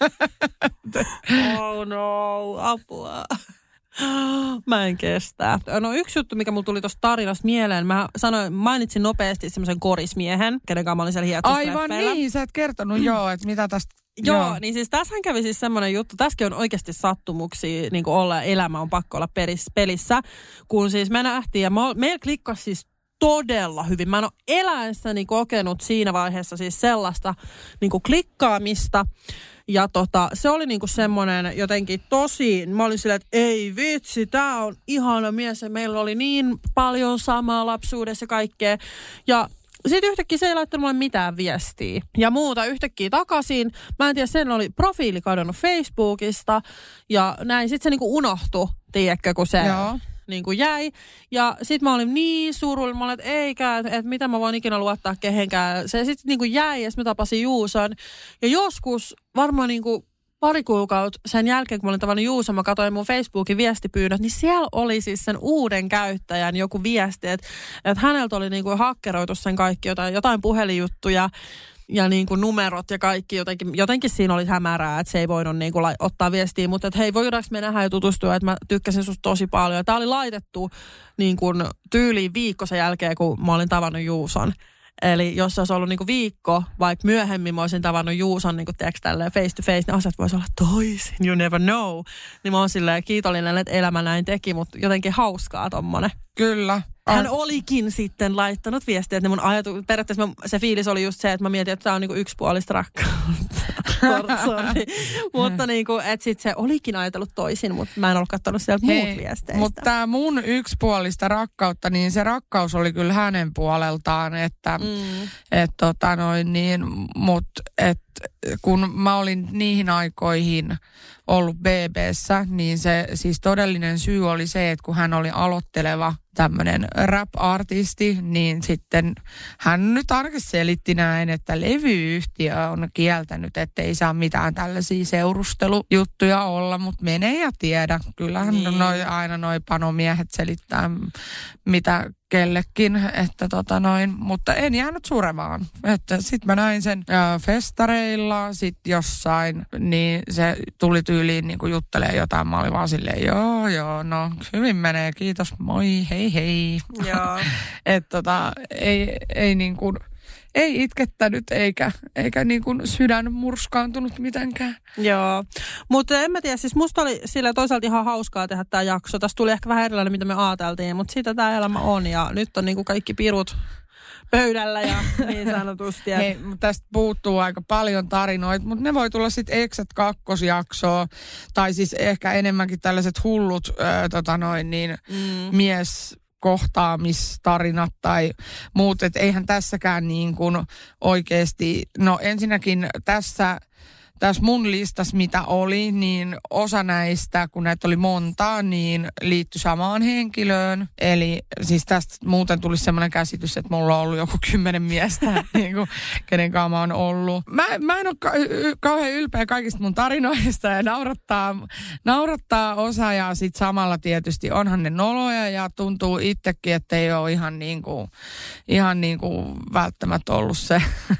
Oh no, apua. Mä en kestä. No yksi juttu, mikä mulla tuli tuosta tarinasta mieleen. Mä sanoin, mainitsin nopeasti semmoisen korismiehen, kenen kanssa mä olin siellä hietsustreffeillä. Aivan niin, sä et kertonut joo, että mitä tästä... Joo, joo, niin siis tässähän kävi siis semmoinen juttu. Tässäkin on oikeasti sattumuksia, niin kuin olla elämä on pakko olla pelissä. Kun siis me nähtiin ja meillä klikkasi siis todella hyvin. Mä en ole eläessäni kokenut siinä vaiheessa siis sellaista niin kuin klikkaamista. Ja tota, se oli niinku semmoinen jotenkin tosi, mä olin silleen, että ei vitsi, tää on ihana mies ja meillä oli niin paljon samaa lapsuudessa ja kaikkea. Ja sitten yhtäkkiä se ei laittanut mulle mitään viestiä. Ja muuta yhtäkkiä takaisin. Mä en tiedä, sen oli profiili kadonnut Facebookista ja näin. Sitten se niinku unohtui, tiedätkö, kun se... Joo. Niin kuin jäi. Ja sit mä olin niin surullinen, mä olin, että eikä, että, että mitä mä voin ikinä luottaa kehenkään. Se sit niin kuin jäi ja sit mä tapasin Juuson. Ja joskus varmaan niin kuin pari kuukautta sen jälkeen, kun mä olin tavannut Juuson, mä katsoin mun Facebookin viestipyynnöt, niin siellä oli siis sen uuden käyttäjän joku viesti, että, että häneltä oli niin kuin hakkeroitu sen kaikki jotain, jotain puhelinjuttuja. Ja niin kuin numerot ja kaikki, jotenkin, jotenkin siinä oli hämärää, että se ei voinut niin kuin la- ottaa viestiä. Mutta että hei, voidaanko me nähdä ja tutustua, että mä tykkäsin susta tosi paljon. Tämä oli laitettu niin kuin tyyliin viikko sen jälkeen, kun mä olin tavannut Juuson. Eli jos se olisi ollut niin kuin viikko, vaikka myöhemmin mä olisin tavannut Juuson niin kuin teeksi tälleen face to face, niin asiat voisi olla toisin, you never know. Niin mä oon silleen kiitollinen, että elämä näin teki, mutta jotenkin hauskaa tommonen. Kyllä. Hän olikin sitten laittanut viestiä, että mun ajatu, periaatteessa mä, se fiilis oli just se, että mä mietin, että tämä on niinku yksipuolista rakkautta. Sorry. Mutta niinku, että sitten se olikin ajatellut toisin, mutta mä en ollut katsonut sieltä Hei, muut viesteistä. Mutta tämä mun yksipuolista rakkautta, niin se rakkaus oli kyllä hänen puoleltaan, että mm. et, tota noin niin, mutta että kun mä olin niihin aikoihin ollut B B:ssä, niin se siis todellinen syy oli se, että kun hän oli aloitteleva tämmöinen rap-artisti, niin sitten hän nyt ainakin selitti näin, että levyyhtiö on kieltänyt, että ei saa mitään tällaisia seurustelujuttuja olla, mutta mene ja tiedä. Kyllähän niin. noi, aina noi panomiehet selittää mitä kellekin, että tota noin, mutta en jäänyt suremaan. Että sit mä näin sen ää, festareilla, sit jossain, niin se tuli tyyliin niin kuin juttelee jotain. Mä olin vaan silleen, joo, joo, no hyvin menee, kiitos, moi, hei, hei. Joo. Että tota, ei, ei niin kuin... Ei itkettänyt eikä, eikä niin kuin sydän murskaantunut mitenkään. Joo, mutta en mä tiedä, siis musta oli sillä toisaalta ihan hauskaa tehdä tämä jakso. Tässä tuli ehkä vähän erilainen, mitä me ajateltiin, mutta siitä tämä elämä on ja nyt on niin kuin kaikki pirut pöydällä ja niin sanotusti. Hei, tästä puuttuu aika paljon tarinoita, mutta ne voi tulla sitten Exet kakkosjaksoa tai siis ehkä enemmänkin tällaiset hullut äh, tota noin niin mm. mies... kohtaamistarinat tai muut, että eihän tässäkään niin kuin oikeasti, no ensinnäkin tässä, tässä mun listassa mitä oli, niin osa näistä, kun näitä oli montaa, niin liittyi samaan henkilöön. Eli siis tästä muuten tuli semmoinen käsitys, että mulla on ollut joku kymmenen miestä, niin kuin, kenen kanssa mä oon ollut. Mä, mä en ole ka- kauhean ylpeä kaikista mun tarinoista ja naurattaa, naurattaa osa ja sitten samalla tietysti onhan ne noloja ja tuntuu itsekin, että ei ole ihan niin kuin, ihan niin kuin välttämättä ollut se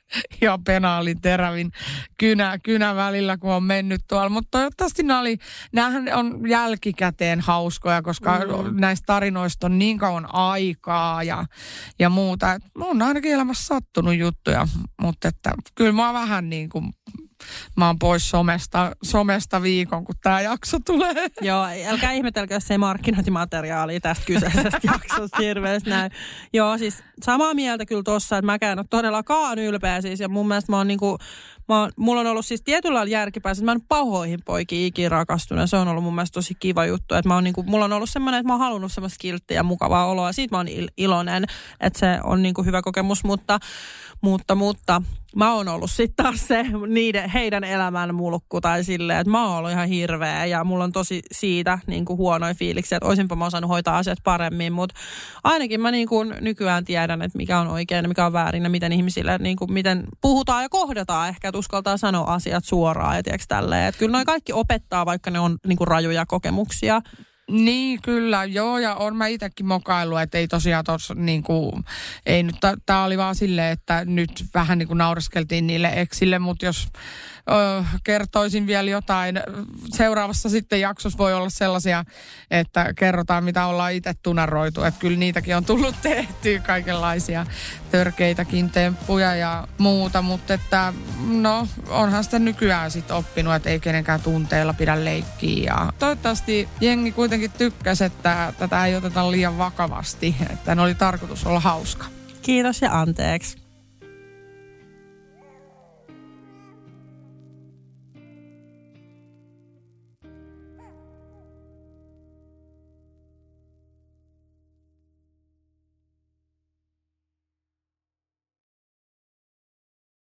ja penaalin terävin kynä, kynä välillä, kun on mennyt tuolla. Mutta toivottavasti nämä oli, näähän on jälkikäteen hauskoja, koska mm. näistä tarinoista on niin kauan aikaa ja, ja muuta. Et on ainakin elämässä sattunut juttuja, mutta että kyllä mä oon vähän niin kuin, mä oon pois somesta, somesta viikon, kun tää jakso tulee. Joo, älkää ihmetelkö, jos ei markkinointimateriaalia tästä kyseisestä jaksosta hirveästi näy. Joo, siis samaa mieltä kyllä tossa, että mäkään ole todellakaan ylpeä siis. Ja mun mielestä mä oon niinku, mä oon, mulla on ollut siis tietyllä lailla järkipäässä, että mä en pahoihin poikiin ikinä rakastunut. Se on ollut mun mielestä tosi kiva juttu. Että mä oon niinku, mulla on ollut semmoinen, että mä oon halunnut semmoista kilttiä ja mukavaa oloa. Siitä mä oon il- iloinen, että se on niinku hyvä kokemus, mutta, mutta, mutta mä oon ollut sitten taas se niiden, heidän elämän mulkku tai silleen, että mä oon ollut ihan hirveä ja mulla on tosi siitä niin kuin huonoja fiiliksiä, että olisinpa mä osannut hoitaa asiat paremmin, mutta ainakin mä niin kuin nykyään tiedän, että mikä on oikein ja mikä on väärin ja miten ihmisille, niin kuin miten puhutaan ja kohdataan ehkä, että uskaltaa sanoa asiat suoraan ja tiedätkö tälleen, että kyllä noi kaikki opettaa, vaikka ne on niin kuin rajuja kokemuksia. Niin, kyllä, joo, ja on mä itsekin mokaillut, että ei tosiaan tuossa niin kuin, ei nyt, tää oli vaan silleen, että nyt vähän niin kuin naureskeltiin niille eksille, mutta jos ö, kertoisin vielä jotain, seuraavassa sitten jaksossa voi olla sellaisia, että kerrotaan mitä ollaan itse tunaroitu, että kyllä niitäkin on tullut tehtyä kaikenlaisia törkeitäkin temppuja ja muuta, mutta että no onhan sitä nykyään sitten oppinut, että ei kenenkään tunteilla pidä leikkiä ja toivottavasti jengi kuitenkin tykkäsi, että tätä ei oteta liian vakavasti, että ne oli tarkoitus olla hauska. Kiitos ja anteeksi.